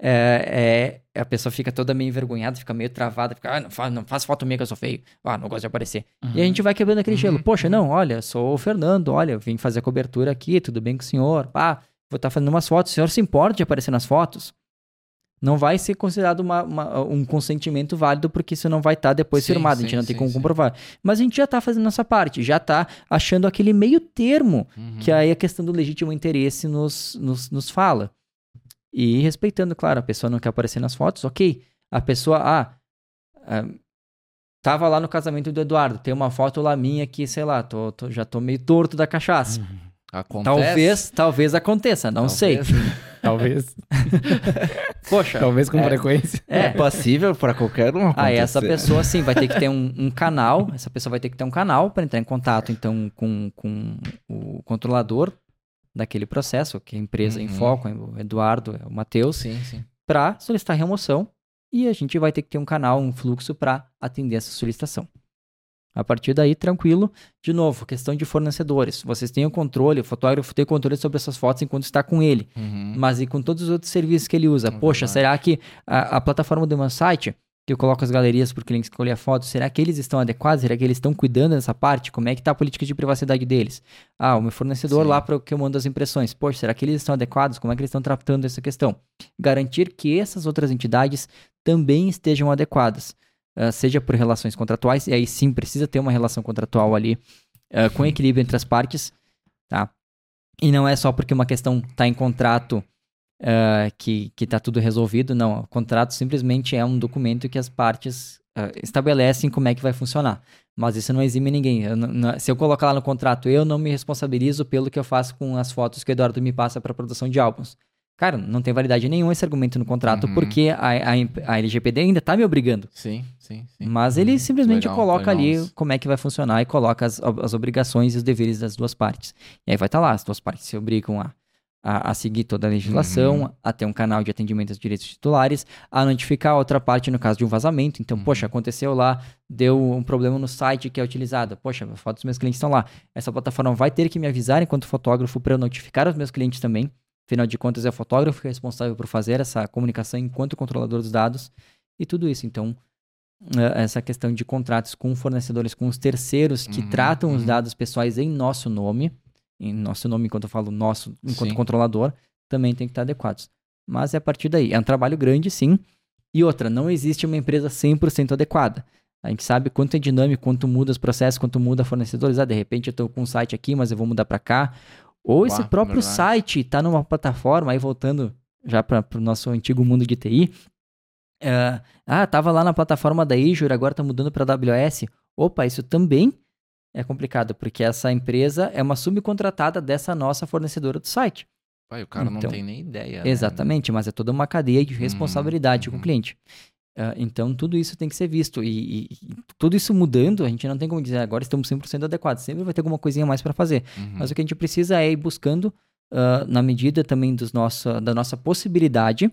é, é- a pessoa fica toda meio envergonhada, fica meio travada, fica, ah, não faz, não faz foto minha que eu sou feio, ah, não gosto de aparecer. E a gente vai quebrando aquele Uhum, gelo, poxa, uhum. não, olha, sou o Fernando, olha, eu vim fazer a cobertura aqui, tudo bem com o senhor, pá, vou estar fazendo umas fotos, o senhor se importa de aparecer nas fotos? Não vai ser considerado uma- uma- um consentimento válido, porque isso não vai estar depois Sim, firmado, a gente sim, não tem sim, como sim. comprovar. Mas a gente já está fazendo nossa parte, já está achando aquele meio termo, Uhum. que aí a questão do legítimo interesse nos, nos, nos fala. E respeitando, claro, a pessoa não quer aparecer nas fotos, ok. A pessoa, ah, ah, tava lá no casamento do Eduardo, tem uma foto lá minha que, sei lá, tô, tô- já tô meio torto da cachaça. Acontece. Talvez, talvez aconteça, não sei. Talvez. Poxa, Talvez com é, frequência. É possível para qualquer um acontecer. Ah, essa pessoa, sim, vai ter que ter um, um canal. Essa pessoa vai ter que ter um canal para entrar em contato, então, com, com o controlador daquele processo, que é a empresa em Uhum. foco, o Eduardo, o Matheus, Sim, sim. para solicitar remoção. E a gente vai ter que ter um canal, um fluxo para atender essa solicitação. A partir daí, tranquilo. De novo, questão de fornecedores. Vocês têm o controle, o fotógrafo tem o controle sobre essas fotos enquanto está com ele. Uhum. Mas e com todos os outros serviços que ele usa? É Poxa, verdade. será que a, a plataforma do meu site, que eu coloco as galerias para o cliente escolher a foto, será que eles estão adequados? Será que eles estão cuidando dessa parte? Como é que está a política de privacidade deles? Ah, o meu fornecedor Sim. lá para o que eu mando as impressões. Poxa, será que eles estão adequados? Como é que eles estão tratando essa questão? Garantir que essas outras entidades também estejam adequadas. Uh, seja por relações contratuais, e aí sim precisa ter uma relação contratual ali uh, com equilíbrio entre as partes, tá? E não é só porque uma questão está em contrato uh, que, que tá tudo resolvido, não. O contrato simplesmente é um documento que as partes uh, estabelecem como é que vai funcionar. Mas isso não exime ninguém. Eu não- não- se eu colocar lá no contrato, eu não me responsabilizo pelo que eu faço com as fotos que o Eduardo me passa para produção de álbuns. Cara, não tem validade nenhuma esse argumento no contrato, Uhum. porque a, a, a L G P D ainda tá me obrigando. Sim, sim, sim. Mas ele simplesmente Legal, coloca legal ali isso. como é que vai funcionar e coloca as, as obrigações e os deveres das duas partes. E aí vai estar lá, as duas partes se obrigam a, a, a seguir toda a legislação, Uhum. a ter um canal de atendimento aos direitos titulares, a notificar a outra parte no caso de um vazamento. Então, Uhum. poxa, aconteceu lá, deu um problema no site que é utilizado. Poxa, as fotos dos meus clientes estão lá. Essa plataforma vai ter que me avisar enquanto fotógrafo para eu notificar os meus clientes também. Afinal de contas, é o fotógrafo que é responsável por fazer essa comunicação enquanto controlador dos dados e tudo isso. Então, eh, essa questão de contratos com fornecedores, com os terceiros que Uhum, tratam os uhum. dados pessoais em nosso nome, em nosso nome, enquanto eu falo nosso, enquanto Sim. controlador, também tem que estar adequados. Mas é a partir daí. É um trabalho grande, sim. E outra, não existe uma empresa cem por cento adequada. A gente sabe quanto é dinâmico, quanto muda os processos, quanto muda fornecedores. Ah, de repente eu estou com um site aqui, mas eu vou mudar para cá. Ou esse Bah, próprio verdade. site está numa plataforma, aí voltando já para o nosso antigo mundo de T I. é, ah, tava lá na plataforma da Azure, agora tá mudando para A W S. Opa, isso também é complicado, porque essa empresa é uma subcontratada dessa nossa fornecedora do site. Pai, o cara Então, não tem nem ideia. né? Exatamente, mas é toda uma cadeia de responsabilidade uhum. com o cliente. Ah, então, tudo isso tem que ser visto. E, e- e tudo isso mudando, a gente não tem como dizer agora estamos cem por cento adequados. Sempre vai ter alguma coisinha a mais para fazer. Uhum. Mas o que a gente precisa é ir buscando, ah, na medida também dos nossa, da nossa possibilidade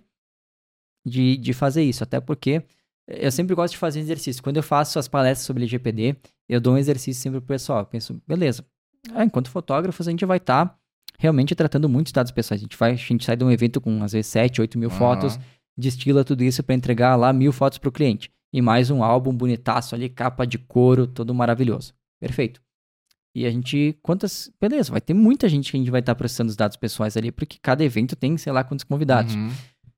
de, de fazer isso. Até porque eu sempre gosto de fazer exercício. Quando eu faço as palestras sobre L G P D, eu dou um exercício sempre pro pessoal. Eu penso, beleza, ah, enquanto fotógrafos a gente vai estar realmente tratando muitos dados pessoais. A gente, vai, a gente sai de um evento com às vezes sete, oito mil Aham. fotos, destila tudo isso para entregar lá mil fotos pro cliente. E mais um álbum bonitaço ali, capa de couro, todo maravilhoso. Perfeito. E a gente, quantas... Beleza, vai ter muita gente que a gente vai estar processando os dados pessoais ali, porque cada evento tem, sei lá, quantos convidados. Uhum.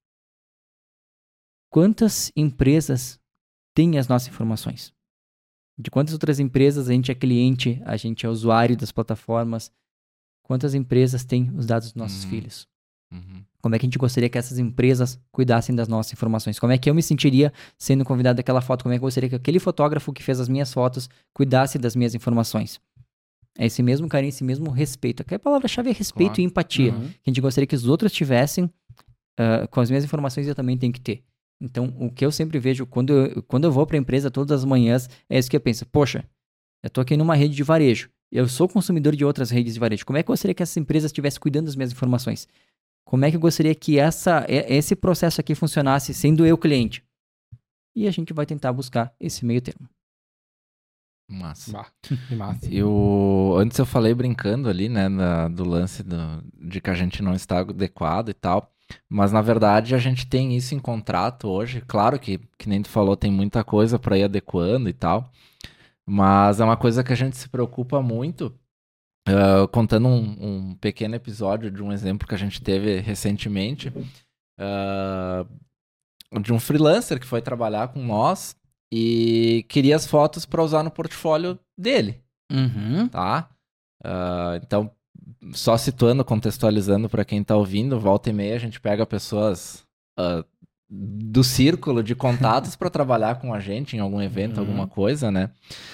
Quantas empresas têm as nossas informações? De quantas outras empresas a gente é cliente, a gente é usuário das plataformas? Quantas empresas têm os dados dos nossos Uhum. filhos? Uhum. Como é que a gente gostaria que essas empresas cuidassem das nossas informações? Como é que eu me sentiria sendo convidado daquela foto? Como é que eu gostaria que aquele fotógrafo que fez as minhas fotos cuidasse das minhas informações? É esse mesmo carinho, esse mesmo respeito. Aqui a palavra-chave é respeito Claro. e empatia. Uhum. Que a gente gostaria que os outros tivessem uh, com as mesmas informações, eu também tenho que ter. Então, o que eu sempre vejo quando eu, quando eu vou para a empresa todas as manhãs, é isso que eu penso. Poxa, eu tô aqui numa rede de varejo. Eu sou consumidor de outras redes de varejo. Como é que eu gostaria que essas empresas estivessem cuidando das minhas informações? Como é que eu gostaria que essa, esse processo aqui funcionasse sendo eu cliente? E a gente vai tentar buscar esse meio termo. Massa. Bah, que massa. Eu, antes eu falei brincando ali, né, da- do lance do- de que a gente não está adequado e tal, mas na verdade a gente tem isso em contrato hoje. Claro que, que nem tu falou, tem muita coisa para ir adequando e tal, mas é uma coisa que a gente se preocupa muito. Ah, contando um, um pequeno episódio de um exemplo que a gente teve recentemente, ah, de um freelancer que foi trabalhar com nós e queria as fotos para usar no portfólio dele. Uhum. Tá? Ah, então, só situando, contextualizando para quem tá ouvindo, volta e meia a gente pega pessoas ah, do círculo de contatos para trabalhar com a gente em algum evento, Uhum. alguma coisa, né?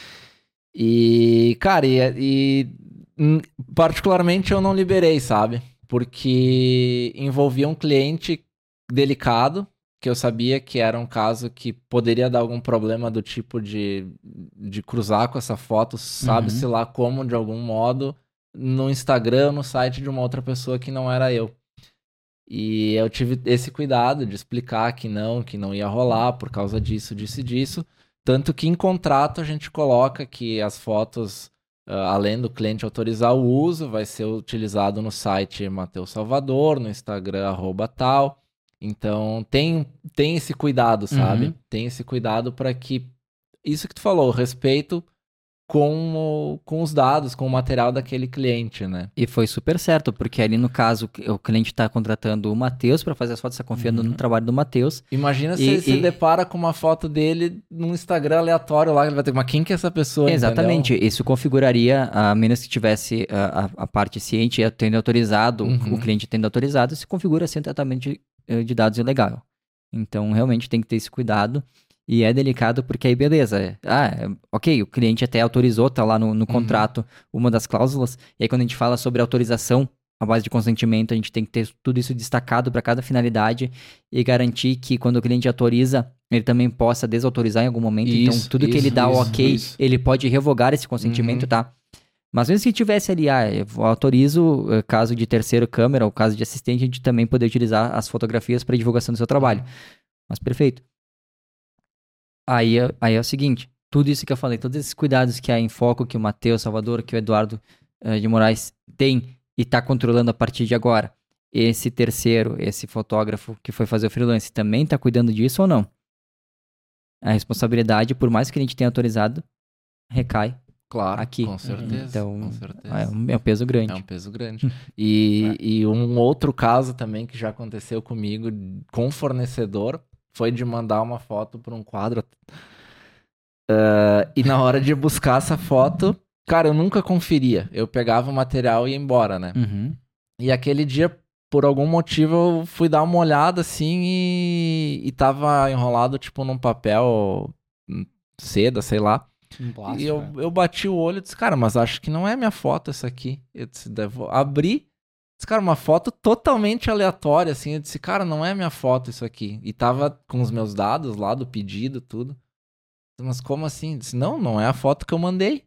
E, cara, e, e hum, particularmente eu não liberei, sabe? Porque envolvia um cliente delicado, que eu sabia que era um caso que poderia dar algum problema do tipo de, de cruzar com essa foto, sabe-se lá como, de algum modo, no Instagram, no site de uma outra pessoa que não era eu. E eu tive esse cuidado de explicar que não, que não ia rolar por causa disso, disso e disso. Tanto que em contrato a gente coloca que as fotos, uh, além do cliente autorizar o uso, vai ser utilizado no site Mateus Salvador, no Instagram, arroba tal. Então, tem, tem esse cuidado, sabe? Uhum. Tem esse cuidado para que, isso que tu falou, respeito com, o, com os dados, com o material daquele cliente, né? E foi super certo, porque ali no caso o cliente está contratando o Matheus para fazer as fotos, está confiando Uhum. no trabalho do Matheus. Imagina se E- ele se e- depara com uma foto dele num Instagram aleatório lá, ele vai ter, mas quem que é essa pessoa, Exatamente, entendeu? isso configuraria, a menos que tivesse a, a- a parte ciente tendo autorizado, Uhum. o cliente tendo autorizado, se configura sem tratamento de, de dados ilegal. Então, realmente tem que ter esse cuidado. E é delicado porque aí, beleza. é- Ah, é- ok, o cliente até autorizou, tá lá no, no contrato uma das cláusulas. E aí, quando a gente fala sobre autorização à base de consentimento, a gente tem que ter tudo isso destacado para cada finalidade e garantir que quando o cliente autoriza, ele também possa desautorizar em algum momento. então, Isso, tudo que ele isso, dá o isso, ok, isso. ele pode revogar esse consentimento, Uhum. tá? Mas mesmo se tivesse ali, ah, eu autorizo, eh, caso de terceiro câmera ou caso de assistente, a gente também poder utilizar as fotografias para divulgação do seu trabalho. Mas perfeito. Aí, é- aí é o seguinte, tudo isso que eu falei, todos esses cuidados que a Infoco, que o Matheus Salvador, que o Eduardo eh, de Moraes tem e está controlando a partir de agora, esse terceiro, esse fotógrafo que foi fazer o freelance, também está cuidando disso ou não? A responsabilidade, por mais que a gente tenha autorizado, recai. Claro, Aqui. com certeza. Então, com certeza. É um, é um peso grande. É um peso grande. E, e um outro caso também que já aconteceu comigo com fornecedor foi de mandar uma foto para um quadro. Ah, e na hora de buscar essa foto, cara, eu nunca conferia. Eu pegava o material e ia embora, né? Uhum. E aquele dia, por algum motivo, eu fui dar uma olhada assim e, e tava enrolado tipo num papel hum, seda, sei lá. Um plástico, E eu, né? eu bati o olho e disse, cara, mas acho que não é minha foto essa aqui. Eu disse, devo abrir. Disse, cara, uma foto totalmente aleatória, assim. Eu disse, cara, não é minha foto isso aqui. E tava com os meus dados lá do pedido, tudo. Mas como assim? Eu disse, não, não é a foto que eu mandei.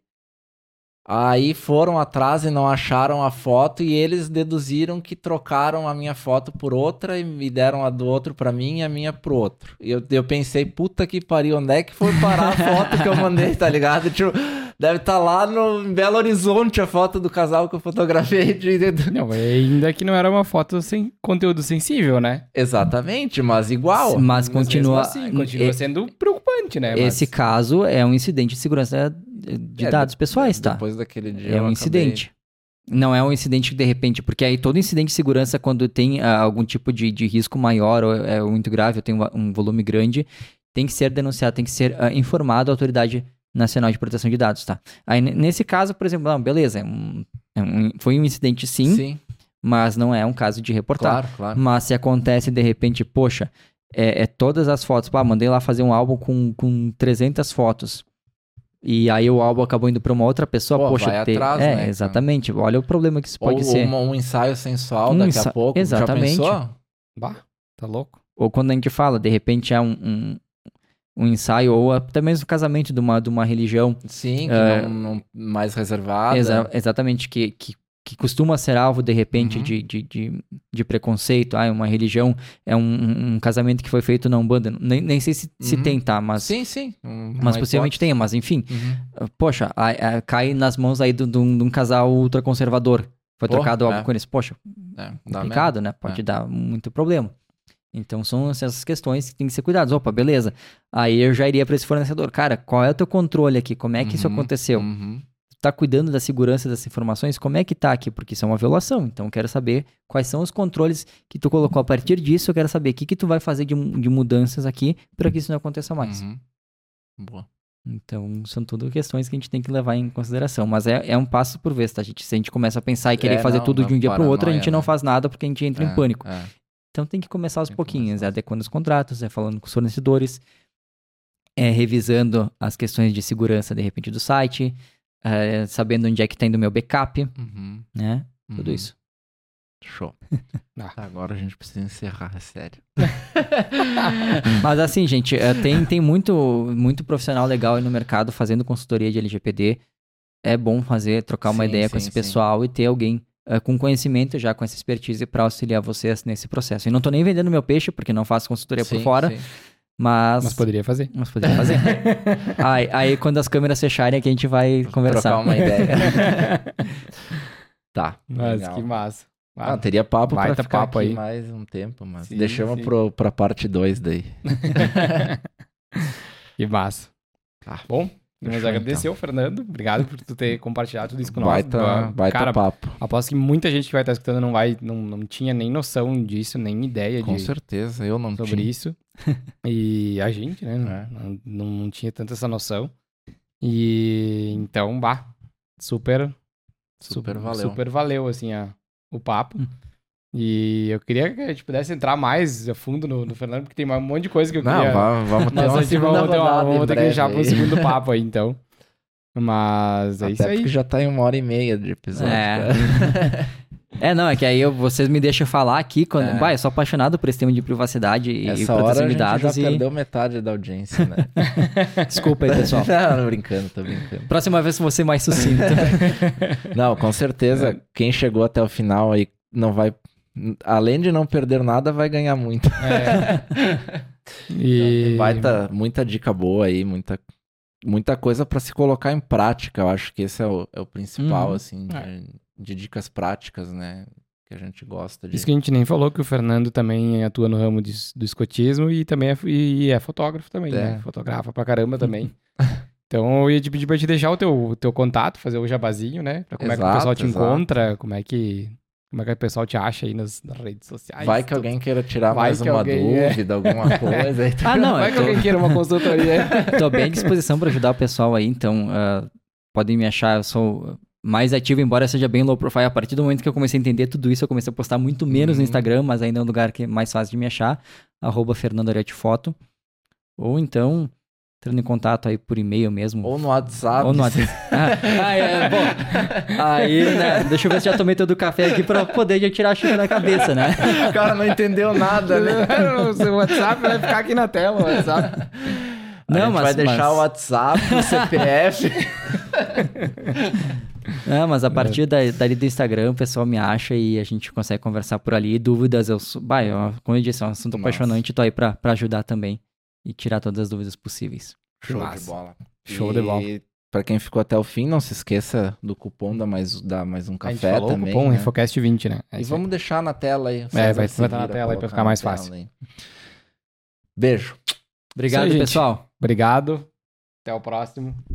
Aí foram atrás e não acharam a foto e eles deduziram que trocaram a minha foto por outra e me deram a do outro pra mim e a minha pro outro. E eu, eu pensei, puta que pariu, onde é que foi parar a foto que eu mandei, tá ligado? Tipo, deve estar lá no em Belo Horizonte a foto do casal que eu fotografei. De... Não, ainda que não era uma foto sem conteúdo sensível, né? Exatamente, mas igual. Mas Mas continua. mesmo assim, continua e- sendo preocupante, né? Esse Mas- caso é um incidente de segurança de É, dados de- pessoais, tá? Depois daquele dia É eu um acabei- incidente. Não é um incidente que de repente, porque aí todo incidente de segurança, quando tem ah, algum tipo de, de risco maior ou é muito grave, ou tem um, um volume grande, tem que ser denunciado, tem que ser ah, informado à Autoridade Nacional de Proteção de Dados, tá? Aí n- nesse caso, por exemplo, não, beleza, é um- é um- foi um incidente sim, Sim, mas não é um caso de reportar. claro, claro. Mas se acontece de repente, poxa, é, é todas as fotos, pá, mandei lá fazer um álbum com, com trezentas fotos. e aí o álbum acabou indo para uma outra pessoa, Pô, poxa, vai ter... atrás, é, né, exatamente. Olha o problema que isso pode Ou ser. uma- um ensaio sensual Um daqui ensa- a pouco. Exatamente. Já pensou? Bah, tá louco? Ou quando a gente fala, de repente é um, um, um ensaio, ou até mesmo o casamento de uma, de uma religião. Sim, que É, não, não- mais reservada. Exa- exatamente, que, que, que costuma ser alvo, de repente, Uhum. de, de, de, de preconceito. Ah, uma religião é um, um- um casamento que foi feito na Umbanda. Nem, nem sei se, se Uhum. tem, tá? Mas, Sim, sim. um- mas uma possivelmente hipótese. tenha. Mas, enfim, Uhum. poxa, a- a- cai nas mãos aí de um de um casal ultraconservador. Foi Pô, trocado algo é. com eles. Poxa, É, dá complicado, mesmo. né? Pode É. dar muito problema. Então são essas questões que tem que ser cuidadas. Opa, beleza. Aí eu já iria para esse fornecedor. Cara, qual é o teu controle aqui? Como é que isso Uhum, aconteceu? uhum. Tu tá cuidando da segurança dessas informações? Como é que tá aqui? Porque isso é uma violação. Então eu quero saber quais são os controles que tu colocou a partir disso. Eu quero saber o que, que tu vai fazer de, de mudanças aqui para que isso não aconteça mais. Uhum. Boa. Então, são tudo questões que a gente tem que levar em consideração. Mas é, é um passo por vez, tá, gente? Se a gente começa a pensar e querer É, fazer não, tudo não, de um dia para o outro, a paranoia, gente não né? faz nada porque a gente entra É, em pânico. é. Então tem que começar aos Tem que pouquinhos, começar. é adequando os contratos, é falando com os fornecedores, é revisando as questões de segurança, de repente, do site, é, sabendo onde é que está indo o meu backup, Uhum, né? Tudo uhum. isso. Show. Ah. Agora a gente precisa encerrar, é sério. Mas assim, gente, é, tem, tem muito, muito profissional legal aí no mercado fazendo consultoria de L G P D. É bom fazer, trocar uma Sim, ideia com sim, esse sim. pessoal e ter alguém é, com conhecimento já, com essa expertise para auxiliar vocês nesse processo. E não tô nem vendendo meu peixe, porque não faço consultoria por Sim, fora, sim. mas... Mas poderia fazer. Mas poderia fazer. aí, aí quando as câmeras fecharem é que a gente vai conversar. Trocar uma ideia. Tá. Mas legal. que massa. Ah, teria papo pra baita ficar papo aqui aí. mais um tempo, mas Sim, deixamos sim. pro, pra parte dois daí. Que massa. Tá. Bom, vamos Fechou, agradecer então. ao Fernando. Obrigado por tu ter compartilhado tudo isso com nós. Baita, Ba- baita Cara, papo. aposto que muita gente que vai estar escutando não, vai, não, não tinha nem noção disso, nem ideia Com de, certeza, eu não sobre tinha. isso. E a gente, né? É. Não, não, não tinha tanta essa noção. E então, bah, super, Super su- valeu. super valeu, assim, a, o papo. E eu queria que a gente pudesse entrar mais a fundo no, no Fernando, porque tem um monte de coisa que eu Não, queria... va- vamos ter Mas uma a gente segunda vamos ter, uma, rodada em vamos ter que breve deixar para o aí. segundo papo aí, então. Mas é Até isso aí. porque já tá em uma hora e meia de episódio. É. cara. É, não, é que aí eu- vocês me deixam falar aqui. Quando... É. Bah, eu sou apaixonado por esse tema de privacidade e, e Essa hora proteção a de gente já dados. E... perdeu metade da audiência, né? Desculpa aí, pessoal. Não, não brincando, tô brincando. Próxima vez eu vou ser mais sucinto. Não, com certeza, quem chegou até o final aí não vai... Além de não perder nada, vai ganhar muito. É. E... Vai tá muita dica boa aí, muita, muita coisa pra se colocar em prática. Eu acho que esse é o, é o principal, Uhum. assim, de, de dicas práticas, né? Que a gente gosta de... Isso que a gente nem falou, que o Fernando também atua no ramo de- do escotismo e também é, e é fotógrafo também, É. né? Fotografa pra caramba também. Então eu ia te pedir pra te deixar o teu, o teu contato, fazer o jabazinho, né? Pra como é que o Exato, pessoal te exato. encontra, como é que... Como é que o pessoal te acha aí nas, nas redes sociais. Vai que tudo. alguém queira tirar Vai mais que uma alguém, é. dúvida, alguma coisa. aí tá- Ah, não, Vai eu que alguém tô, queira uma consultoria. tô bem à disposição para ajudar o pessoal aí, então ah, podem me achar, eu sou mais ativo, embora seja bem low profile. A partir do momento que eu comecei a entender tudo isso, eu comecei a postar muito menos no Uhum. Instagram, mas ainda é um lugar que é mais fácil de me achar, arroba Fernando Arete Foto. Ou então, entrando em contato aí por e-mail mesmo. Ou no WhatsApp. Ou no WhatsApp. Ah, ah, é, bom. Aí, né, deixa eu ver se já tomei todo o café aqui pra poder já tirar a xícara da cabeça, né? O cara não entendeu nada, né? O seu WhatsApp vai ficar aqui na tela, o WhatsApp. A Não, gente mas- vai deixar mas- o WhatsApp, o C P F. Ah, mas a partir da, dali do Instagram, o pessoal me acha e a gente consegue conversar por ali. Dúvidas, eu sou... Bah, eu, como eu disse, é um assunto Nossa. apaixonante, tô aí pra, pra ajudar também e tirar todas as dúvidas possíveis. Show Massa. de bola. Show e de bola. Pra quem ficou até o fim, não se esqueça do cupom da mais, da mais um A gente café falou também. o cupom né? Infocast vinte, né? É E isso aí. vamos deixar na tela aí. É, César vai se botar na vira tela aí pra colocar ficar na mais tela fácil. aí. Beijo. Obrigado, Isso aí, gente. pessoal. Obrigado. Até o próximo.